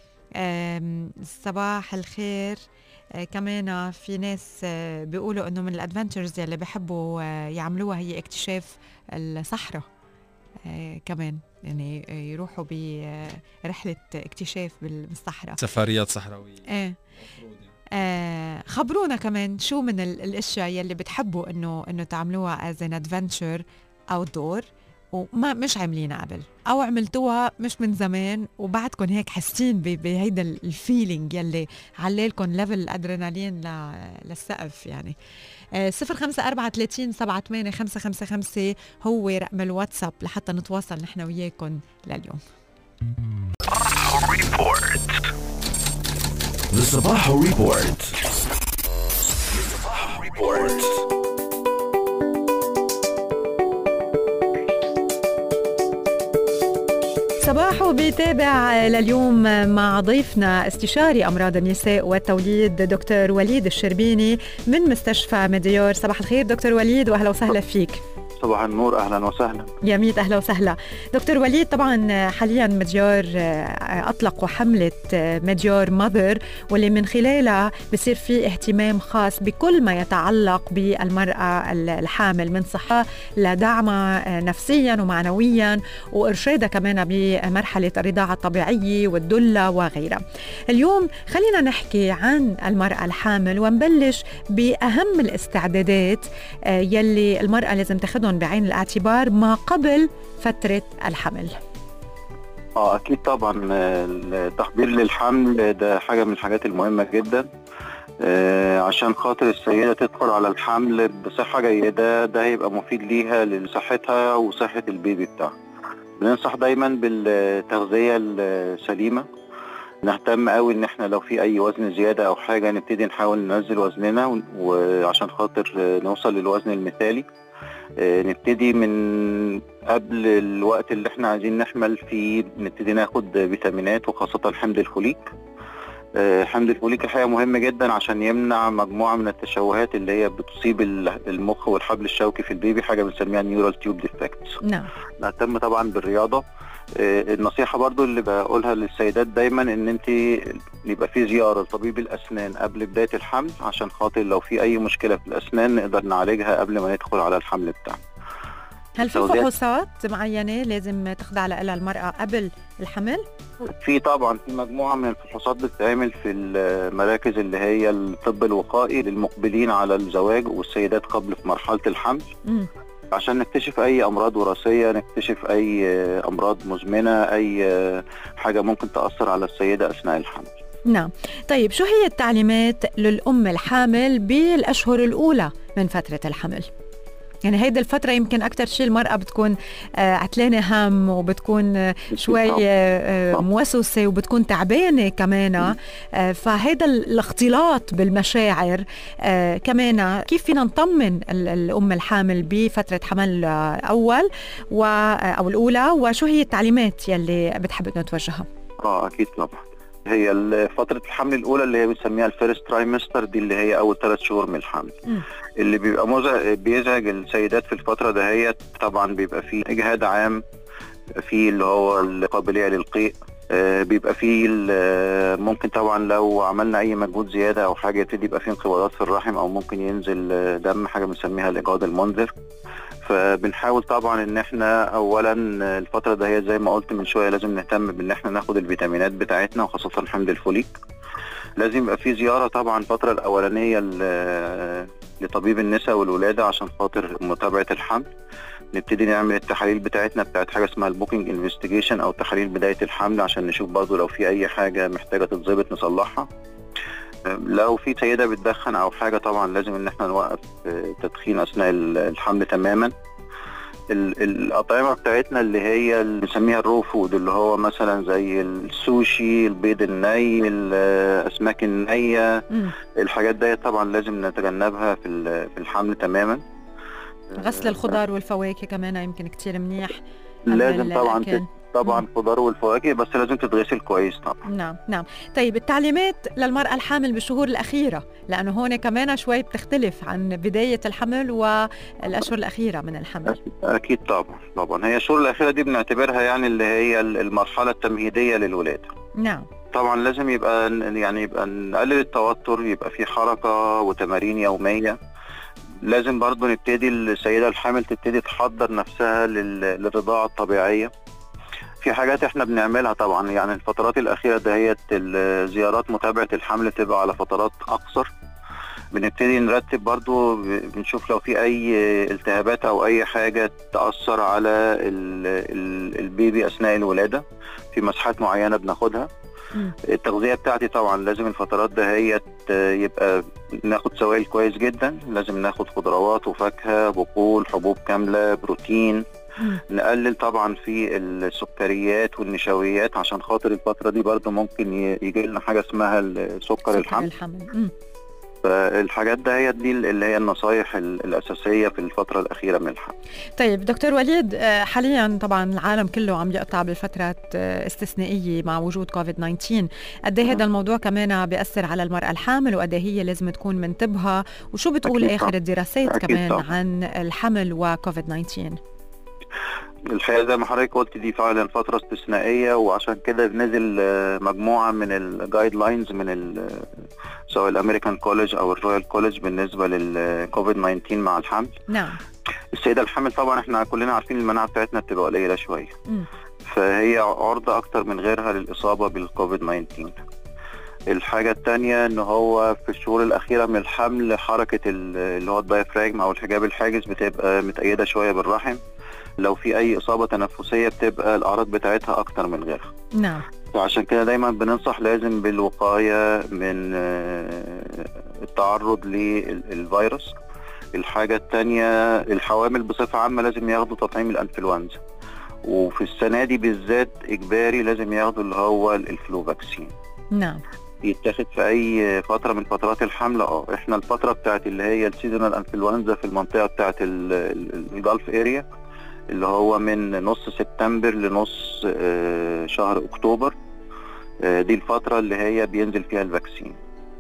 صباح الخير. كمان في ناس بيقولوا انه من الادفنتشرز اللي بحبوا يعملوها هي اكتشاف الصحراء كمان، يعني يروحوا برحلة اكتشاف بالصحراء، سفريات صحراوية. خبرونا كمان شو من الاشياء يلي بتحبوا انه تعملوها as an adventure outdoor وما مش عاملينها قبل، او عملتوها مش من زمان وبعدكم هيك حاسين بهيدا الفيلينج يلي عليلكم ليفل الادرينالين للسقف. يعني 0543785555 هو رقم الواتساب لحتى نتواصل نحن وياكم لليوم. الصباح ريبورت. صباحو بيتابع لليوم مع ضيفنا استشاري أمراض النساء والتوليد دكتور وليد الشربيني من مستشفى مديور. صباح الخير دكتور وليد وأهلا وسهلا فيك. صباح النور، أهلا وسهلا. يا ميت أهلا وسهلا دكتور وليد. طبعا حاليا مديور أطلقوا حملة مديور ماذر، واللي من خلالها بصير في اهتمام خاص بكل ما يتعلق بالمرأة الحامل، من صحة لدعمها نفسيا ومعنويا وإرشادها كمان بمرحلة الرضاعة الطبيعية والدلة وغيرها. اليوم خلينا نحكي عن المرأة الحامل ونبلش بأهم الاستعدادات يلي المرأة لازم تاخدهم بعين الاعتبار ما قبل فترة الحمل. أكيد طبعا التحضير للحمل ده حاجة من الحاجات المهمة جدا، عشان خاطر السيدة تدخل على الحمل بصحة جيدة. ده هيبقى مفيد ليها لصحتها وصحة البيبي بتاعها. بننصح دايما بالتغذية السليمة، نهتم قوي ان احنا لو في اي وزن زيادة او حاجة نبتدي نحاول ننزل وزننا وعشان خاطر نوصل للوزن المثالي. نبتدي من قبل الوقت اللي احنا عايزين نحمل فيه، نبتدي ناخد فيتامينات وخاصة حمض الفوليك. حمض الفوليك الحقيقة مهم جدا عشان يمنع مجموعة من التشوهات اللي هي بتصيب المخ والحبل الشوكي في البيبي، حاجة بنسميها نيورال تيوب ديفكتس. نعم. نهتم طبعا بالرياضة. النصيحة برضو اللي بقولها للسيدات دايما ان انت يبقى في زيارة لطبيب الاسنان قبل بداية الحمل، عشان خاطر لو في اي مشكلة في الاسنان نقدر نعالجها قبل ما ندخل على الحمل بتاعنا. هل في فحوصات معينة لازم تخضع لها المرأة قبل الحمل؟ في طبعا في مجموعة من الفحوصات بتتعمل في المراكز اللي هي الطب الوقائي للمقبلين على الزواج والسيدات قبل في مرحلة الحمل، عشان نكتشف أي أمراض وراثية، نكتشف أي أمراض مزمنة، أي حاجة ممكن تأثر على السيدة أثناء الحمل. نعم. طيب شو هي التعليمات للأم الحامل بالأشهر الأولى من فترة الحمل؟ يعني هيدا الفترة يمكن أكتر شيء المرأة بتكون عتلانة هم، وبتكون شوي موسوسة، وبتكون تعبانة كمان. فهيدا الاختلاط بالمشاعر كمان، كيف فينا نطمن الأم الحامل بفترة حمل أول أو الأولى، وشو هي التعليمات يلي بتحب أن توجهها؟ أكيد طبعا. هي فترة الحمل الأولى اللي هي بنسميها الفيرست ترايمستر، دي اللي هي أول 3 شهور من الحمل. اللي بيبقى بيزعج السيدات في الفترة دهيت طبعا بيبقى فيه إجهاد عام، فيه اللي هو القابلية للقيء، بيبقى فيه ممكن طبعا لو عملنا أي مجهود زيادة أو حاجة يبتدي يبقى فيه انقباضات في الرحم، أو ممكن ينزل دم، حاجة بنسميها الإجهاض المنذر. فبنحاول طبعا ان احنا اولا الفتره ده هي زي ما قلت من شويه لازم نهتم بان احنا ناخد الفيتامينات بتاعتنا، وخاصه حمض الفوليك. لازم يبقى في زياره طبعا الفتره الاولانيه لطبيب النساء والولاده عشان خاطر متابعه الحمل. نبتدي نعمل التحاليل بتاعتنا بتاعت حاجه اسمها البوكينج انفستيجيشن او تحاليل بدايه الحمل، عشان نشوف برضو لو في اي حاجه محتاجه تتظبط نصلحها. لو في سيدة بتدخن او حاجة طبعا لازم ان احنا نوقف تدخين اثناء الحمل تماما. الاطعمة بتاعتنا اللي هي اللي بنسميها الرو فود، اللي هو مثلا زي السوشي، البيض الني، الاسماك النية، الحاجات دي طبعا لازم نتجنبها في الحمل تماما. غسل الخضار والفواكه كمان يمكن كتير منيح. لازم طبعا خضار والفواكه، بس لازم تتغسل كويس طبعا. نعم. طيب التعليمات للمرأة الحامل بالشهور الأخيرة، لأنه هون كمان شوي بتختلف عن بداية الحمل والأشهر الأخيرة من الحمل. أكيد طبعا هي الشهور الأخيرة دي بنعتبرها يعني اللي هي المرحلة التمهيدية للولادة. نعم. طبعا لازم يبقى نقلل التوتر، يبقى في حركة وتمارين يومية. لازم برضو نبتدي السيدة الحامل تبتدي تحضر نفسها للرضاعة الطبيعية. في حاجات احنا بنعملها طبعا، يعني الفترات الأخيرة دهيت الزيارات متابعة الحمل تبقى على فترات أقصر. بنبتدي نرتب برضو، بنشوف لو في أي التهابات أو أي حاجة تأثر على البيبي أثناء الولادة، في مسحات معينة بناخدها. التغذية بتاعتي طبعا لازم الفترات دهيت يبقى ناخد سوائل كويس جدا، لازم ناخد خضروات وفاكهة، بقول، حبوب كاملة، بروتين. نقلل طبعا في السكريات والنشويات، عشان خاطر الفترة دي برضو ممكن يجي لنا حاجة اسمها سكر الحمل. فالحاجات دي اللي هي النصايح الأساسية في الفترة الأخيرة من الحمل. طيب دكتور وليد، حاليا طبعا العالم كله عم يقطع بالفترات استثنائية مع وجود كوفيد-19. قد ايه هذا الموضوع كمان بيأثر على المرأة الحامل، وقد ايه هي لازم تكون منتبهة، وشو بتقول آخر الدراسات كمان عن الحمل وكوفيد-19؟ الحقيقة زي ما حضرتك قلت دي فعلا فترة استثنائية، وعشان كده نزل مجموعة من الجايد لاينز من سواء الامريكان كوليج او الرويال كوليج بالنسبة للكوفيد-19 مع الحمل. نعم. السيدة الحامل طبعا احنا كلنا عارفين المناعة بتاعتنا بتبقى قليلة شوية، فهي عرضة اكتر من غيرها للإصابة بالكوفيد-19. الحاجة التانية ان هو في الشهور الأخيرة من الحمل حركة اللي هو الدايفراجم او الحجاب الحاجز بتبقى متأيدة شوية بالرحم. لو في أي إصابة تنفسية بتبقى الأعراض بتاعتها أكتر من غيرها. نعم. فعشان كده دايما بننصح لازم بالوقاية من التعرض للفيروس. الحاجة التانية الحوامل بصفة عامة لازم ياخدوا تطعيم الأنفلونزا، وفي السنة دي بالذات إجباري لازم ياخدوا اللي هو الفلو فاكسين. نعم. يتاخد في أي فترة من فترات الحمل. احنا الفترة بتاعت اللي هي السيزونال أنفلونزا في المنطقة بتاعت الجلف اريا، اللي هو من نص سبتمبر لنص شهر أكتوبر، دي الفترة اللي هي بينزل فيها الفاكسين.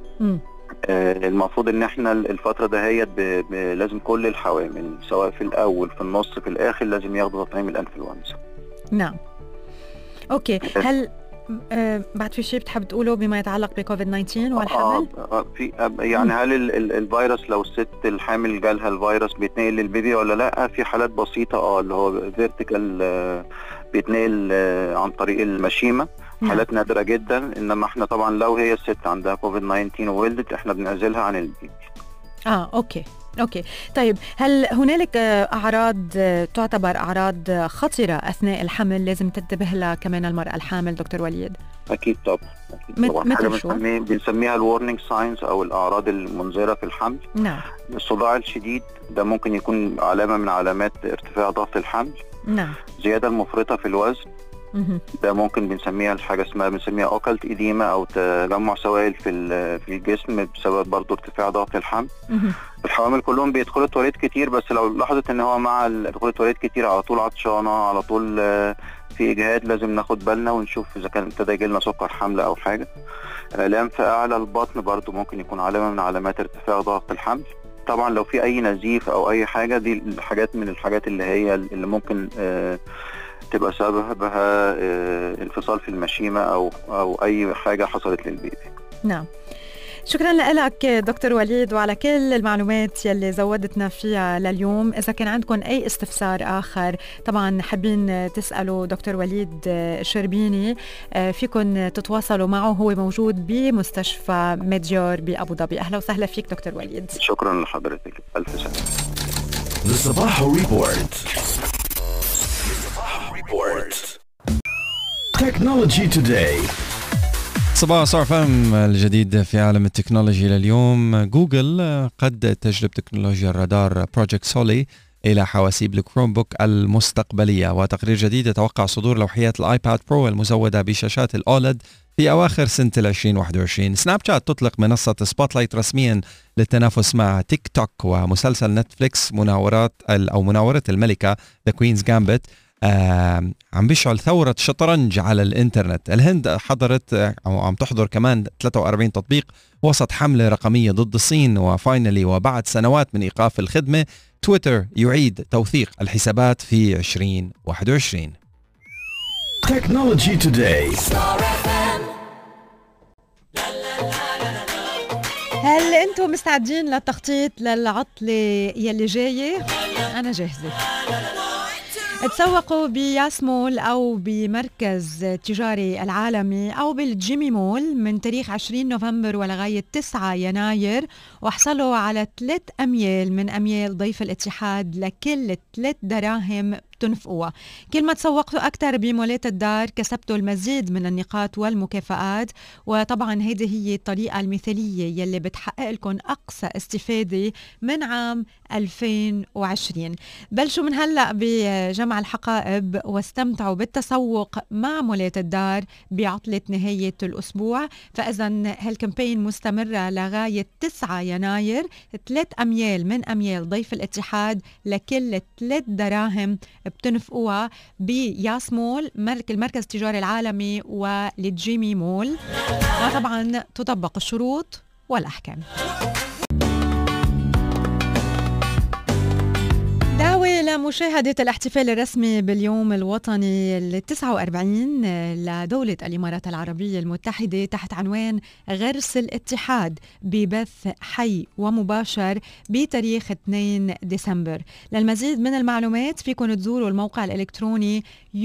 المفروض ان احنا الفترة دهيت لازم كل الحوامل سواء في الأول في النص في الآخر لازم ياخدوا تطعيم الأنفلونزا. نعم. أوكي. هل بعد في شيء بتحب تقوله بما يتعلق بكوفيد 19 والحمل؟ في يعني هل الفيروس لو الست الحامل جالها الفيروس بيتنقل للبيبي ولا لا؟ في حالات بسيطة اللي هو فيرتيكال بيتنقل عن طريق المشيمة، حالات نادرة جدا. انما احنا طبعا لو هي الست عندها كوفيد 19 وولدت احنا بنعزلها عن البيبي. اوكي. طيب هل هنالك اعراض تعتبر اعراض خطرة اثناء الحمل لازم تنتبه لها كمان المرأة الحامل دكتور وليد؟ اكيد طبعا. مثل شو؟ بنسميها الورنينج ساينز او الاعراض المنذرة في الحمل. نعم. الصداع الشديد ده ممكن يكون علامة من علامات ارتفاع ضغط الحمل. نعم. زيادة المفرطة في الوزن، ده ممكن بنسميها بنسميها اوكلت إديمة او تجمع سوائل في الجسم بسبب برضو ارتفاع ضغط الحمل. الحوامل كلهم بيدخلوا التواليت كتير، بس لو لاحظت ان هو مع دخول التواليت كتير على طول عطشانة، على طول في اجهاد، لازم ناخد بالنا ونشوف اذا كان ابتدى يجيلنا سكر حمل او حاجة. الام في اعلى البطن برضو ممكن يكون علامة من علامات ارتفاع ضغط الحمل. طبعا لو في اي نزيف او اي حاجة، دي الحاجات من الحاجات اللي ممكن تبقى سببها انفصال في المشيمة أو أي حاجة حصلت للبيبي. نعم. شكرا لك دكتور وليد وعلى كل المعلومات يلي زودتنا فيها لليوم. إذا كان عندكم أي استفسار آخر طبعا حابين تسألوا دكتور وليد شربيني، فيكن تتواصلوا معه، هو موجود بمستشفى ميديور بأبو ظبي. أهلا وسهلا فيك دكتور وليد. شكرا لحضرتك، ألف سلامة. The Sabaho Report. Technology Today. صباح صار فهم الجديد في عالم التكنولوجي لليوم. جوجل قد تجلب تكنولوجيا الرادار بروجكت سولي إلى حواسيب الكروم بوك المستقبلية، وتقرير جديد يتوقع صدور لوحيات الآيباد برو المزودة بشاشات الأولد في أواخر سنة 2021. سناب شات تطلق منصة سبوت لايت رسميا للتنافس مع تيك توك، ومسلسل نتفليكس مناورة الملكة The Queen's Gambit عم بيشعل ثورة شطرنج على الانترنت. الهند حضرت أو عم تحضر كمان 43 تطبيق وسط حملة رقمية ضد الصين. وفاينلي وبعد سنوات من إيقاف الخدمة، تويتر يعيد توثيق الحسابات في 2021. Technology Today. هل أنتم مستعدين للتخطيط للعطلة يلي جاية؟ أنا جاهزة. تسوقوا بياسمول أو بمركز تجاري العالمي أو بالجيمي مول من تاريخ 20 نوفمبر ولغاية 9 يناير، واحصلوا على 3 أميال من أميال ضيف الاتحاد لكل 3 دراهم تنفقوها. كل ما تسوقتوا أكثر بمولات الدار كسبتوا المزيد من النقاط والمكافآت. وطبعا هيدي هي الطريقة المثالية يلي بتحقق لكم أقصى استفادة من عام 2020. بلشوا من هلأ بجمع الحقائب واستمتعوا بالتسوق مع مولات الدار بعطلة نهاية الأسبوع. فإذا هالكامبين مستمرة لغاية 9 يناير. 3 أميال من أميال ضيف الاتحاد لكل 3 دراهم بتنفقوها بياس مول، المركز التجاري العالمي والجيمي مول، وطبعا تطبق الشروط والأحكام. دعوة لمشاهدة الاحتفال الرسمي باليوم الوطني 49 لدولة الإمارات العربية المتحدة تحت عنوان غرس الاتحاد ببث حي ومباشر بتاريخ 2 ديسمبر. للمزيد من المعلومات فيكن تزوروا الموقع الإلكتروني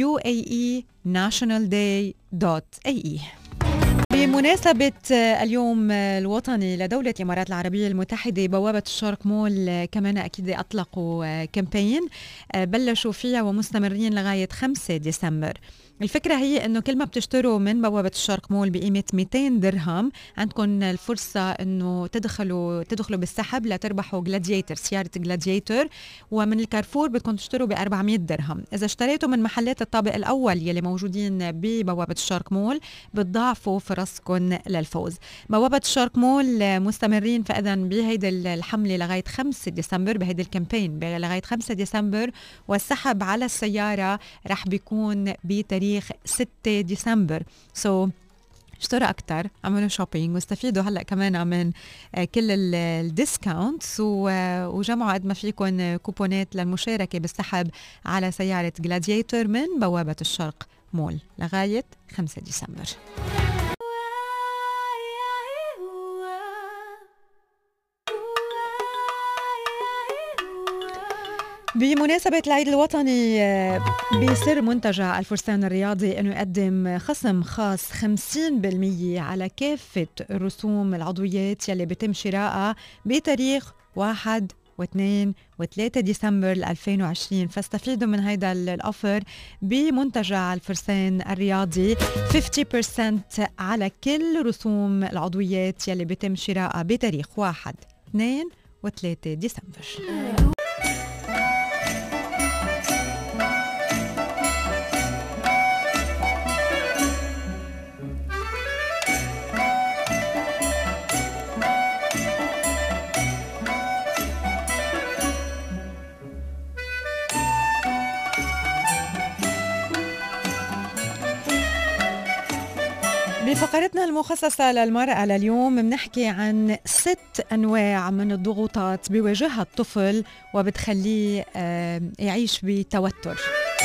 uaenationalday.ae. بمناسبة اليوم الوطني لدولة الإمارات العربية المتحدة، بوابة الشرق مول كمان أكيد أطلقوا كامبين بلشوا فيها ومستمرين لغاية 5 ديسمبر. الفكرة هي أنه كل ما بتشتروا من بوابة الشرق مول بقيمة 200 درهم عندكم الفرصة أنه تدخلوا بالسحب لتربحوا جلادياتر، سيارة جلادياتر. ومن الكارفور بدكم تشتروا ب400 درهم. إذا اشتريتوا من محلات الطابق الأول يلي موجودين ببوابة الشرق مول بتضاعفوا فرصكم للفوز. بوابة الشرق مول مستمرين فإذا بهيدا الحملة لغاية 5 ديسمبر، بهيدا الكامبين لغاية 5 ديسمبر، والسحب على السيارة رح بيكون بتاريخ 6 ديسمبر. اشتروا أكتر، عملوا شوبينج واستفيدوا هلأ كمان من كل الديسكاونتس، وجمعوا قد ما فيكم كوبونات للمشاركة بالسحب على سيارة جلادياتور من بوابة الشرق مول لغاية 5 ديسمبر. بمناسبة العيد الوطني بيصر منتجع الفرسان الرياضي أنه يقدم خصم خاص 50% على كافة رسوم العضويات يلي بيتم شرائها بتاريخ 1 و2 و3 ديسمبر 2020. فاستفيدوا من هيدا الأوفر بمنتجع الفرسان الرياضي، 50% على كل رسوم العضويات يلي بيتم شرائها بتاريخ 1 2 و3 ديسمبر. بفقرتنا المخصصة للمرأة لليوم بنحكي عن 6 أنواع من الضغوطات بيواجهها الطفل وبتخليه يعيش بتوتر.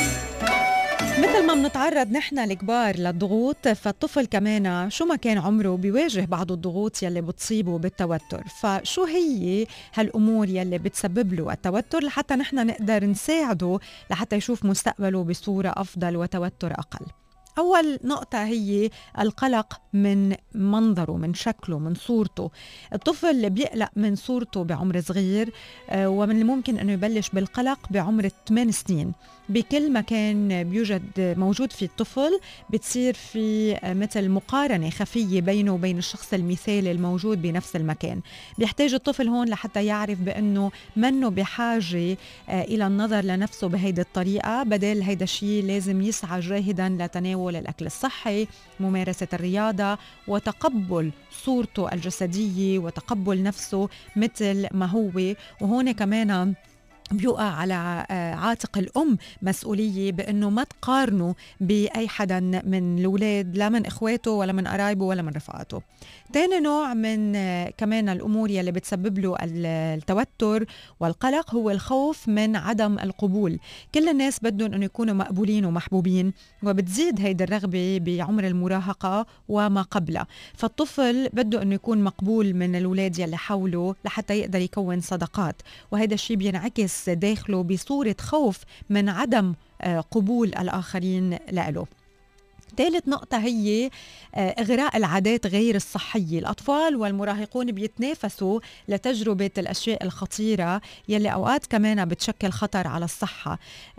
مثل ما بنتعرض نحن الكبار للضغوط، فالطفل كمان شو ما كان عمره بيواجه بعض الضغوط يلي بتصيبه بالتوتر. فشو هي هالأمور يلي بتسبب له التوتر لحتى نحن نقدر نساعده لحتى يشوف مستقبله بصورة أفضل وتوتر أقل؟ أول نقطة هي القلق من منظره، من شكله، من صورته. الطفل بيقلق من صورته بعمر صغير، ومن الممكن أنه يبلش بالقلق بعمر 8 سنين. بكل مكان موجود في الطفل بتصير في مثل مقارنة خفية بينه وبين الشخص المثالي الموجود بنفس المكان. بيحتاج الطفل هون لحتى يعرف بأنه منه بحاجة إلى النظر لنفسه بهيدي الطريقة، بدل هيدا الشيء لازم يسعى جاهدا لتناول الأكل الصحي، ممارسة الرياضة، وتقبل صورته الجسدية وتقبل نفسه مثل ما هو. وهون كمان بيوقع على عاتق الأم مسؤولية بأنه ما تقارنه بأي حدا من الأولاد، لا من إخواته ولا من قرايبه ولا من رفقاته. تاني نوع من كمان الأمور يلي بتسبب له التوتر والقلق هو الخوف من عدم القبول. كل الناس بدهم أن يكونوا مقبولين ومحبوبين، وبتزيد هيدا الرغبة بعمر المراهقة وما قبلها. فالطفل بده أنه يكون مقبول من الأولاد يلي حوله لحتى يقدر يكون صداقات، وهذا الشيء بينعكس داخله بصورة خوف من عدم قبول الآخرين له. ثالث نقطة هي إغراء العادات غير الصحية. الأطفال والمراهقون بيتنافسوا لتجربة الأشياء الخطيرة يلي أوقات كمان بتشكل خطر على الصحة.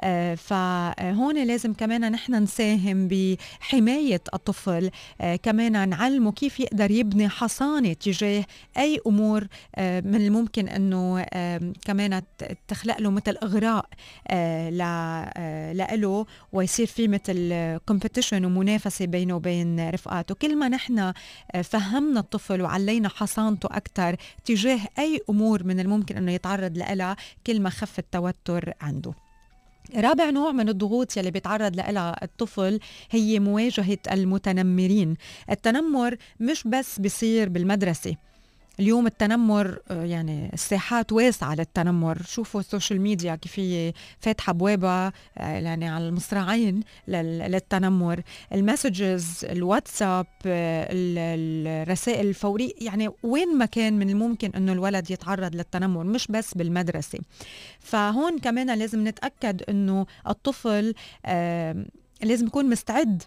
فهون لازم كمان نحن نساهم بحماية الطفل، كمان نعلمه كيف يقدر يبني حصانة تجاه أي أمور من الممكن أنه كمان تخلق له مثل إغراء له، ويصير في مثل competition ومنافسة بينه وبين رفقاته. كل ما نحن فهمنا الطفل وعلينا حصانته أكتر تجاه أي أمور من الممكن أنه يتعرض لها، كل ما خف التوتر عنده. رابع نوع من الضغوط يلي بيتعرض لها الطفل هي مواجهة المتنمرين. التنمر مش بس بيصير بالمدرسة. اليوم التنمر يعني الساحات واسعة للتنمر. شوفوا السوشيال ميديا كيف هي فاتحة بوابة يعني على المصراعين للتنمر. المسجز، الواتساب، الرسائل الفورية، يعني وين ما كان من الممكن أنه الولد يتعرض للتنمر، مش بس بالمدرسة. فهون كمان لازم نتأكد أنه الطفل لازم يكون مستعد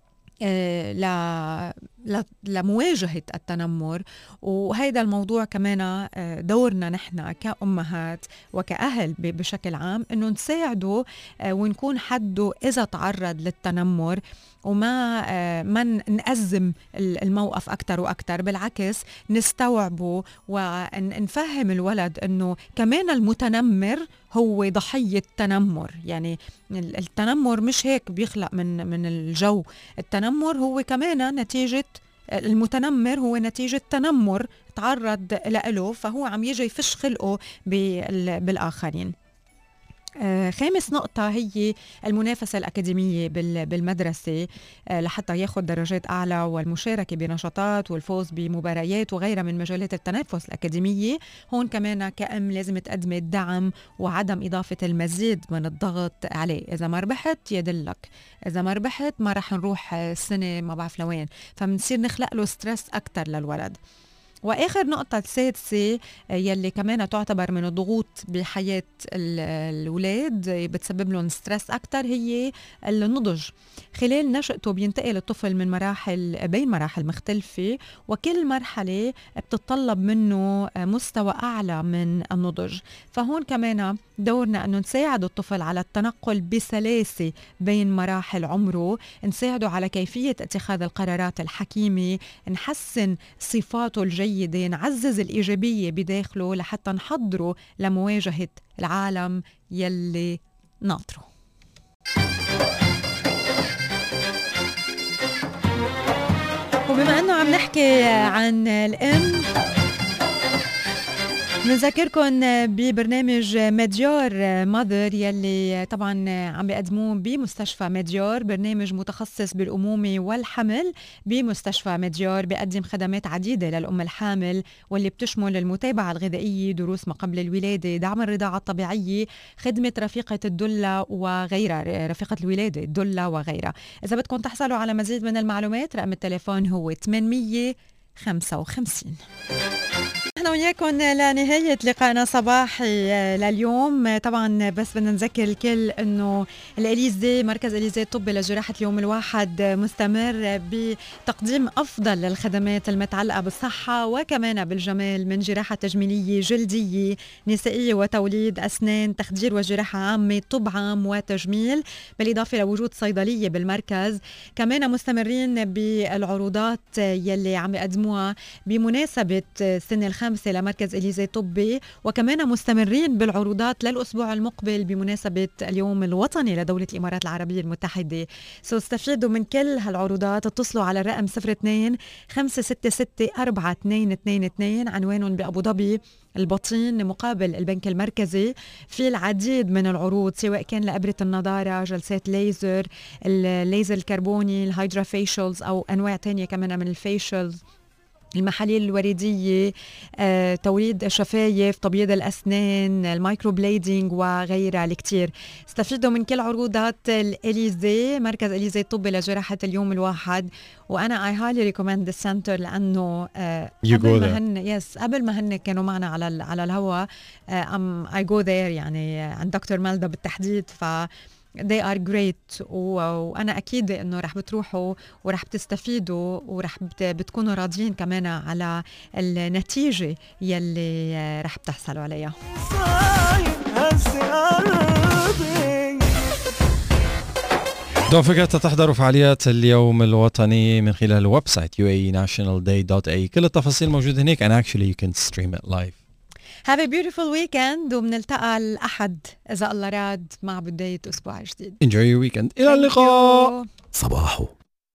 لمواجهة التنمر. وهيدا الموضوع كمان دورنا نحن كأمهات وكأهل بشكل عام أنه نساعده ونكون حده إذا تعرض للتنمر، وما نأزم الموقف أكتر وأكتر. بالعكس نستوعبه ونفهم الولد أنه كمان المتنمر هو ضحية تنمر. يعني التنمر مش هيك بيخلق من الجو. التنمر هو كمان نتيجة، المتنمر هو نتيجة تنمر تعرض له، فهو عم يجي يفش خلقه بالآخرين. خامس نقطة هي المنافسة الأكاديمية بالمدرسة لحتى ياخد درجات أعلى، والمشاركة بنشاطات والفوز بمباريات وغيرها من مجالات التنافس الأكاديمية. هون كمان كأم لازم تقدم الدعم وعدم إضافة المزيد من الضغط عليه. إذا ما ربحت يدلك، إذا ما ربحت ما رح نروح السنة ما بعرف لوين، فمنصير نخلق له ستريس أكتر للولد. وآخر نقطة السادسة يلي كمان تعتبر من الضغوط بحياة الأولاد بتسبب لهم ستريس أكتر هي النضج. خلال نشأته بينتقل الطفل من بين مراحل مختلفة، وكل مرحلة بتتطلب منه مستوى أعلى من النضج. فهون كمان دورنا أنه نساعد الطفل على التنقل بسلاسة بين مراحل عمره، نساعده على كيفية اتخاذ القرارات الحكيمة، نحسن صفاته الجيدة، نعزز الإيجابية بداخله لحتى نحضره لمواجهة العالم يلي ناطره. وبما أنه عم نحكي عن الأم، نذكركم ببرنامج مديار ماذر يلي طبعا عم بيقدموه بمستشفى مديار، برنامج متخصص بالأمومة والحمل بمستشفى مديار، بيقدم خدمات عديدة للأم الحامل واللي بتشمل المتابعة الغذائية، دروس ما قبل الولادة، دعم الرضاعة الطبيعية، خدمة رفيقة الدلة وغيرها، رفيقة الولادة الدلة وغيرها. إذا بدكم تحصلوا على مزيد من المعلومات رقم التليفون هو 855. نحن وياكم لنهاية لقائنا صباحي لليوم. طبعا بس بدنا نذكر الكل انه الإليزي، مركز إليزي الطبي لجراحة اليوم الواحد، مستمر بتقديم افضل الخدمات المتعلقة بالصحة وكمان بالجمال، من جراحة تجميلية، جلدية، نسائية وتوليد، اسنان، تخدير وجراحة عامة، طب عام وتجميل، بالاضافة لوجود صيدلية بالمركز. كمان مستمرين بالعروضات يلي عم يقدموها بمناسبة سنة الخامسة لمركز إليزي الطبي، وكمان مستمرين بالعروضات للأسبوع المقبل بمناسبة اليوم الوطني لدولة الإمارات العربية المتحدة. استفيدوا من كل هالعروضات، اتصلوا على الرقم 02-566-4222. عنوانهم بأبو ظبي البطين مقابل البنك المركزي. في العديد من العروض سواء كان لأبرة النضارة، جلسات ليزر، الليزر الكربوني، الهيدرا فيشلز أو أنواع تانية كمان من الفيشلز، المحاليل الوريدية، توليد الشفايف، تبييض الأسنان، المايكرو بليدينج وغيرها الكتير. استفيدوا من كل عروضات الإليزي، مركز إليزي الطبي لجراحة اليوم الواحد. وأنا I highly recommend the center لأنه قبل ما هن كانوا معنا على الهواء I go there يعني عند دكتور مالدا بالتحديد. they are great وأنا أكيد إنه رح بتروحوا ورح بتستفيدوا ورح بتكونوا راضيين كمان على النتيجة يلي رح بتحصلوا عليها. Don't forget تحضروا فعاليات اليوم الوطني من خلال الويب سايت uaenationalday.ae. كل التفاصيل موجودة هناك and actually you can stream it live. Have a beautiful weekend وبنلتقى الأحد إذا الله راد مع بداية أسبوع جديد. Enjoy your weekend. إلى اللقاء. صباحو.